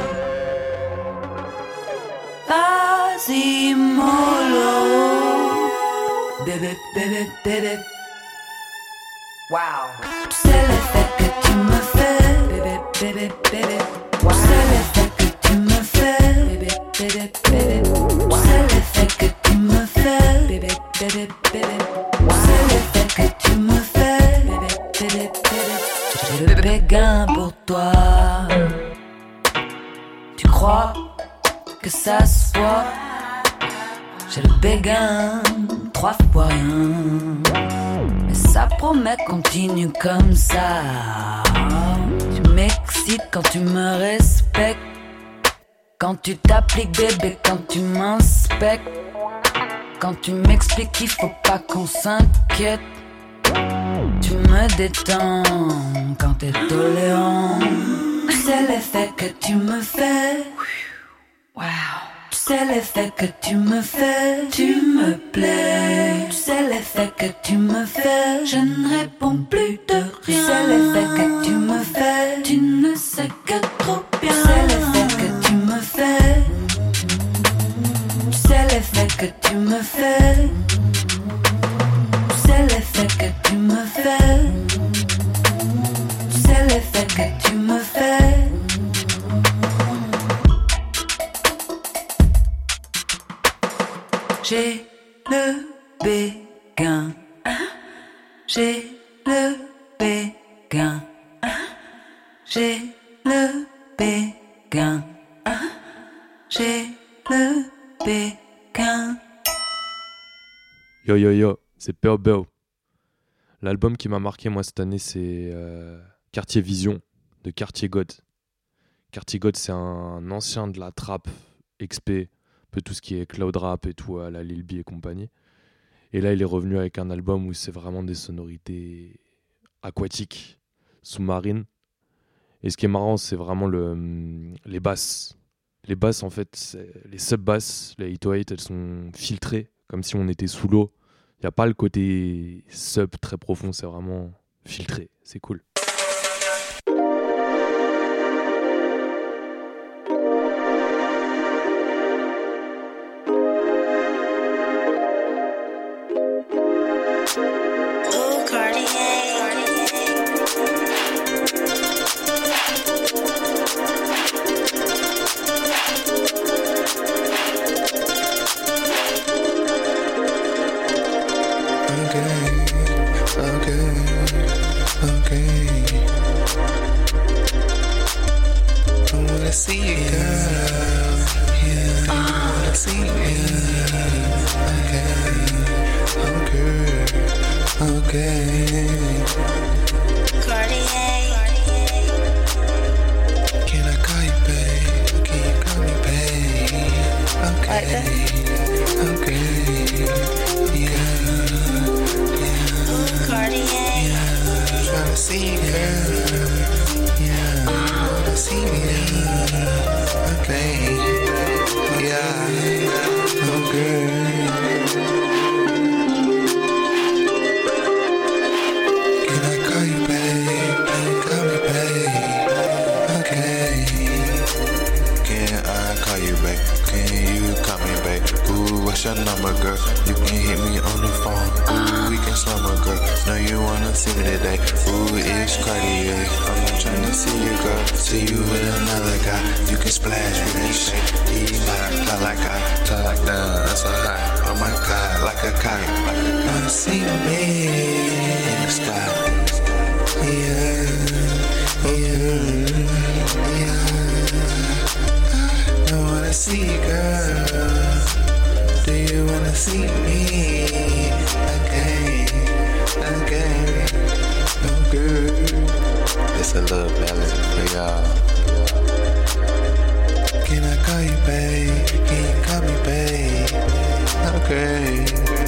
Vas-y mollo, bébé, bébé, bébé. Wow. Tu sais l'effet que tu me fais, bébé, bébé, bébé. Wow. Tu sais l'effet que tu me fais, bébé, bébé, bébé. Wow. Tu sais l'effet que tu me fais, bébé, bébé, bébé. Wow. Tu sais l'effet que tu me fais, bébé, bébé, bébé. J'ai le béguin pour toi. Tu crois que ça se voit? J'ai le béguin, 3 fois rien. Mais ça promet, continue comme ça. Tu m'excites quand tu me respectes. Quand tu t'appliques bébé, quand tu m'inspectes. Quand tu m'expliques qu'il faut pas qu'on s'inquiète. Tu me détends quand t'es tolérant. C'est l'effet que tu me fais. Wow. Tu sais l'effet que tu me fais, tu me plais. Tu sais l'effet que tu me fais, je ne réponds plus de rien. Tu sais l'effet que tu me fais, tu ne sais que trop bien. Tu sais l'effet que tu me fais. Tu sais l'effet que tu me fais. Tu sais l'effet que tu me fais. Tu sais l'effet que tu me fais. J'ai le béguin. J'ai le béguin. J'ai le béguin. J'ai le béguin. Yo yo yo, c'est Peo Beo. L'album qui m'a marqué moi cette année c'est Quartier Vision de Quartier God. Quartier God c'est un ancien de la trap XP, un peu tout ce qui est cloud rap et tout à la Lil B et compagnie. Et là il est revenu avec un album où c'est vraiment des sonorités aquatiques, sous-marines. Et ce qui est marrant c'est vraiment les basses. Les basses en fait, les sub-basses, les 808 elles sont filtrées comme si on était sous l'eau. n'y a pas le côté sub très profond, c'est vraiment filtré, c'est cool. See you, girl. Yeah, I wanna see you. Okay. Cartier. Can I call you babe? Can you call me babe? Okay. Yeah. Cartier. Yeah. Tryna see you, girl. Yeah. I wanna see you. Okay. Yeah. Okay. What's your number, girl? You can hit me on the phone. Ooh, we can slumber, girl. Know you wanna see me today. Ooh, it's Cartier. I'm not trying to see you, girl. See you with another guy. You can splash with me, shake. Fly like I, fly like that. That's a high. Oh my God, like a kite. Wanna see me in the sky? Yeah. I wanna see you, girl. Do you wanna see me again? It's a little ballad for y'all. Can I call you babe? Can you call me babe? Okay.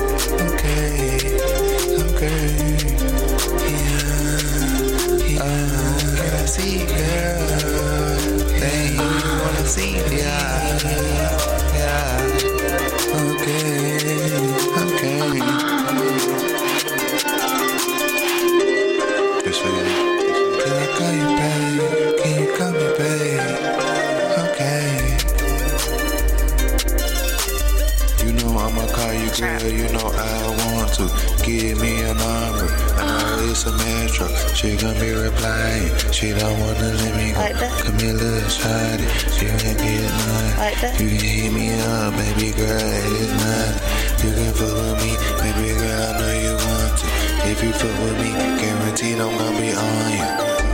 Yeah. Can I see you, girl? Hey, you wanna see me? Yeah. Okay. Yes, can I call you babe? Can you call me babe? Okay. You know I'ma call you girl, you know I want to. Give me a number, I know it's a metro. She gon' be replying, she don't wanna let me go. Like come here, little shawty, she ain't get none. Like you can hit me up, baby girl, it's not. You can fuck with me, baby girl, I know you want to. If you fuck with me, guaranteed I'm gon' be on you.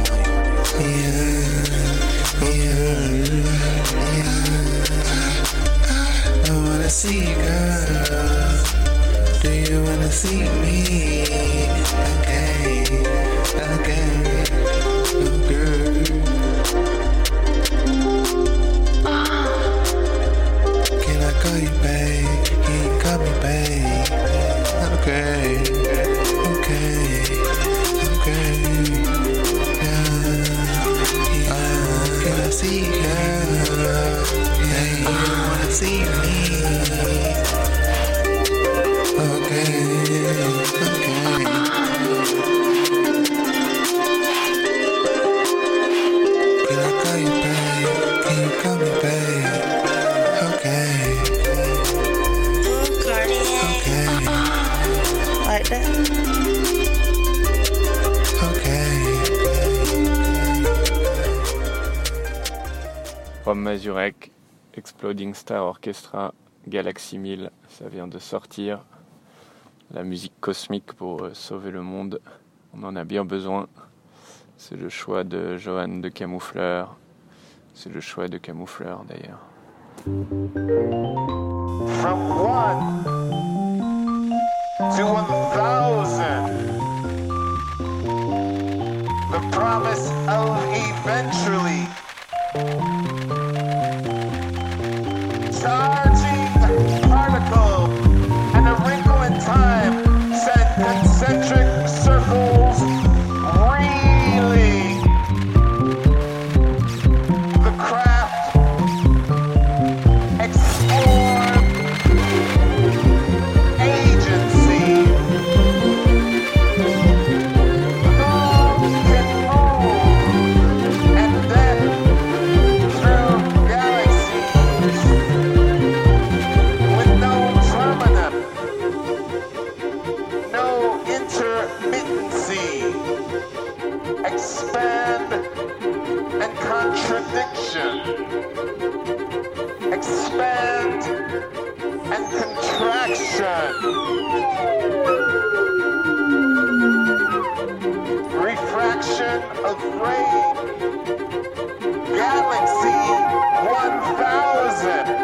Yeah. I wanna see you, girl. Do you wanna see me? Okay. Oh, girl. Can I call you babe? Can you call me babe? Okay. Yeah. Can I see you, girl? Hey, you wanna see me? Okay. Can I call you babe? Can you call me babe? Okay. Like that. From Mazurek, Exploding Star Orchestra, Galaxy 1000, ça vient de sortir. La musique cosmique pour sauver le monde, on en a bien besoin. C'est le choix de Johan de Camoufleur. C'est le choix de Camoufleur d'ailleurs. From 1 to 1,000, the promise of eventually charging particle and a wrinkle in time sent concentric circles reeling. The craft explored agency contradiction, expand and contraction, refraction of ray, galaxy 1000.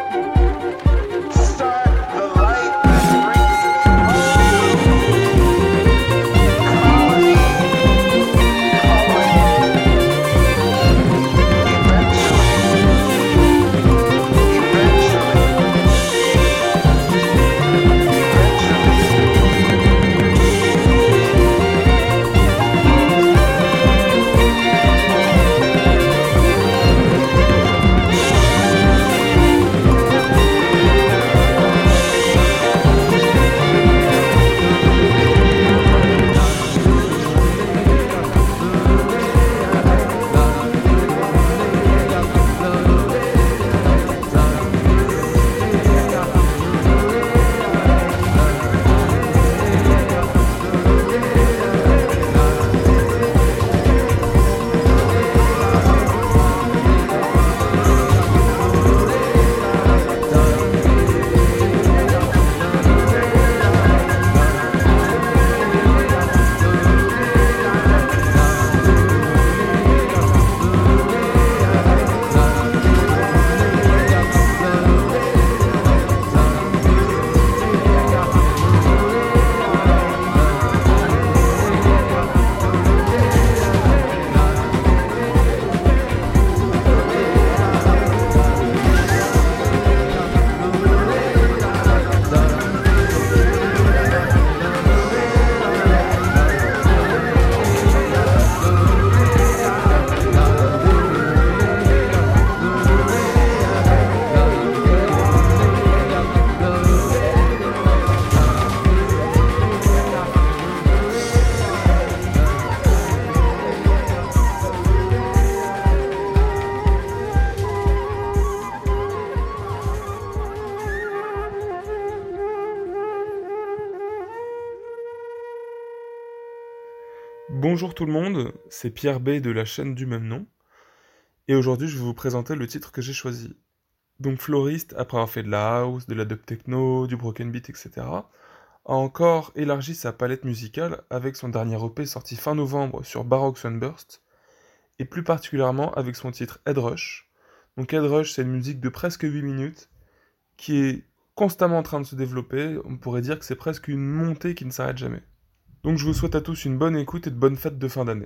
Bonjour tout le monde, c'est Pierre B de la chaîne du même nom, et aujourd'hui je vais vous présenter le titre que j'ai choisi. Donc Florist, après avoir fait de la house, de la dub techno, du broken beat, etc., a encore élargi sa palette musicale avec son dernier EP sorti fin novembre sur Baroque Sunburst, et plus particulièrement avec son titre Head Rush. Donc Head Rush, c'est une musique de presque 8 minutes, qui est constamment en train de se développer, on pourrait dire que c'est presque une montée qui ne s'arrête jamais. Donc je vous souhaite à tous une bonne écoute et de bonnes fêtes de fin d'année.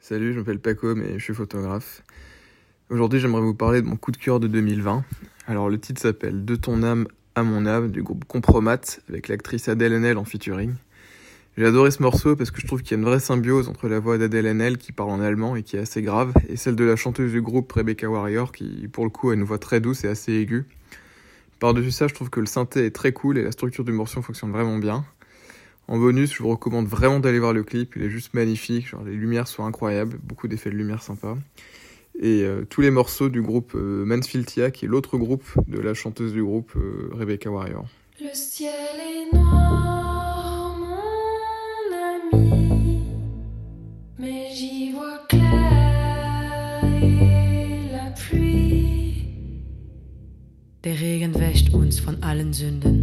Salut, je m'appelle Paco, mais je suis photographe. Aujourd'hui, j'aimerais vous parler de mon coup de cœur de 2020. Alors, le titre s'appelle « De ton âme à mon âme » du groupe Compromat, avec l'actrice Adèle Haenel en featuring. J'ai adoré ce morceau parce que je trouve qu'il y a une vraie symbiose entre la voix d'Adèle Haenel, qui parle en allemand et qui est assez grave, et celle de la chanteuse du groupe Rebecca Warrior, qui, pour le coup, a une voix très douce et assez aiguë. Par-dessus ça, je trouve que le synthé est très cool et la structure du morceau fonctionne vraiment bien. En bonus, je vous recommande vraiment d'aller voir le clip, il est juste magnifique, genre les lumières sont incroyables, beaucoup d'effets de lumière sympas. Et tous les morceaux du groupe Mansfieldia, qui est l'autre groupe de la chanteuse du groupe Rebecca Warrior. Le ciel est noir, mon ami, mais j'y vois clair et la pluie. Der Regen wäscht uns von allen Sünden.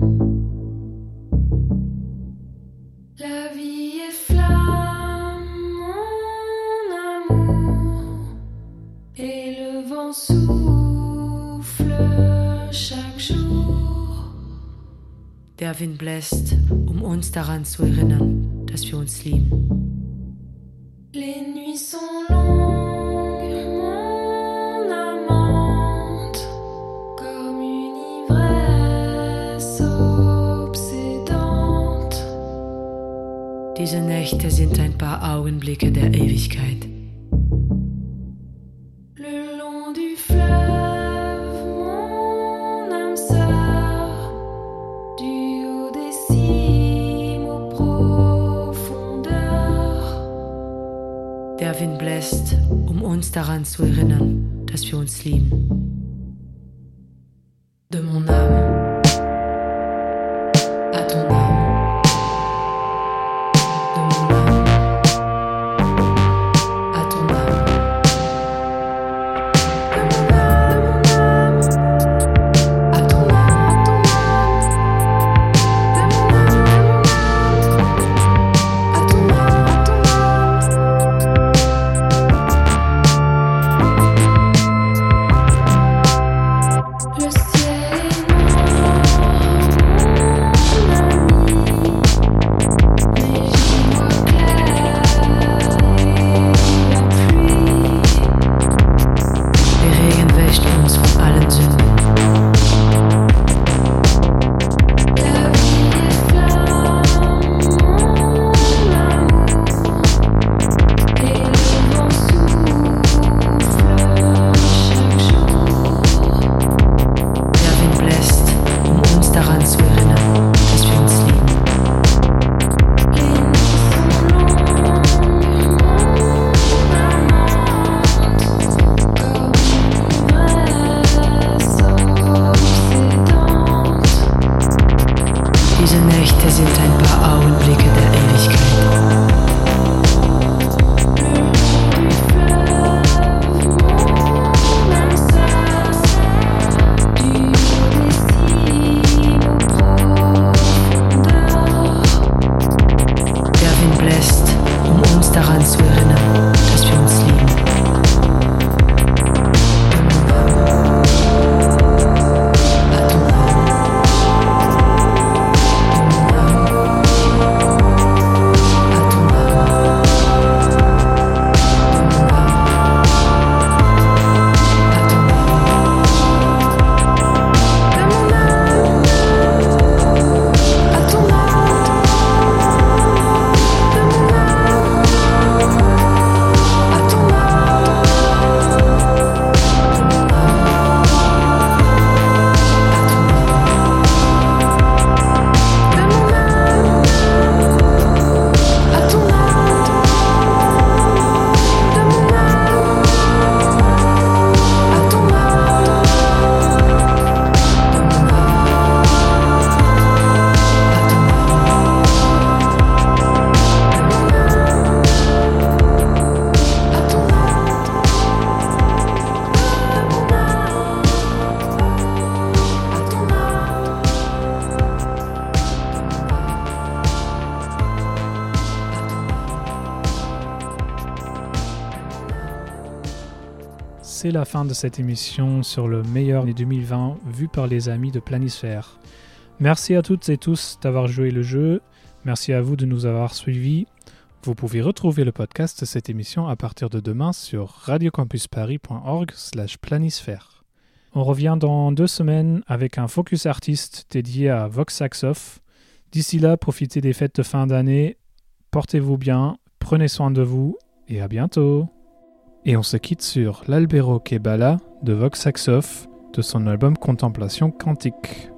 La vie est flamme, mon amour, et le vent souffle chaque jour. Der Wind bläst, uns daran zu erinnern, dass wir uns lieben. Les nuits sont longues, mon amante, comme une ivresse obsédante. Diese Nächte sind ein paar Augenblicke der Ewigkeit. Le long du fleuve, mon âme sœur, du haut des cimes aux profondeurs. Der Wind bläst, uns daran zu erinnern, dass wir uns lieben. De mon âme à ton âme. Le ciel est noir, C'est la fin de cette émission sur le meilleur des 2020 vu par les amis de Planisphère. Merci à toutes et tous d'avoir joué le jeu. Merci à vous de nous avoir suivis. Vous pouvez retrouver le podcast de cette émission à partir de demain sur radiocampusparis.org/planisphère. On revient dans 2 semaines avec un focus artiste dédié à Vox Saxoff. D'ici là, profitez des fêtes de fin d'année, portez-vous bien, prenez soin de vous et à bientôt. Et on se quitte sur l'Albero Kebala de Vox Saxoff de son album Contemplation Quantique.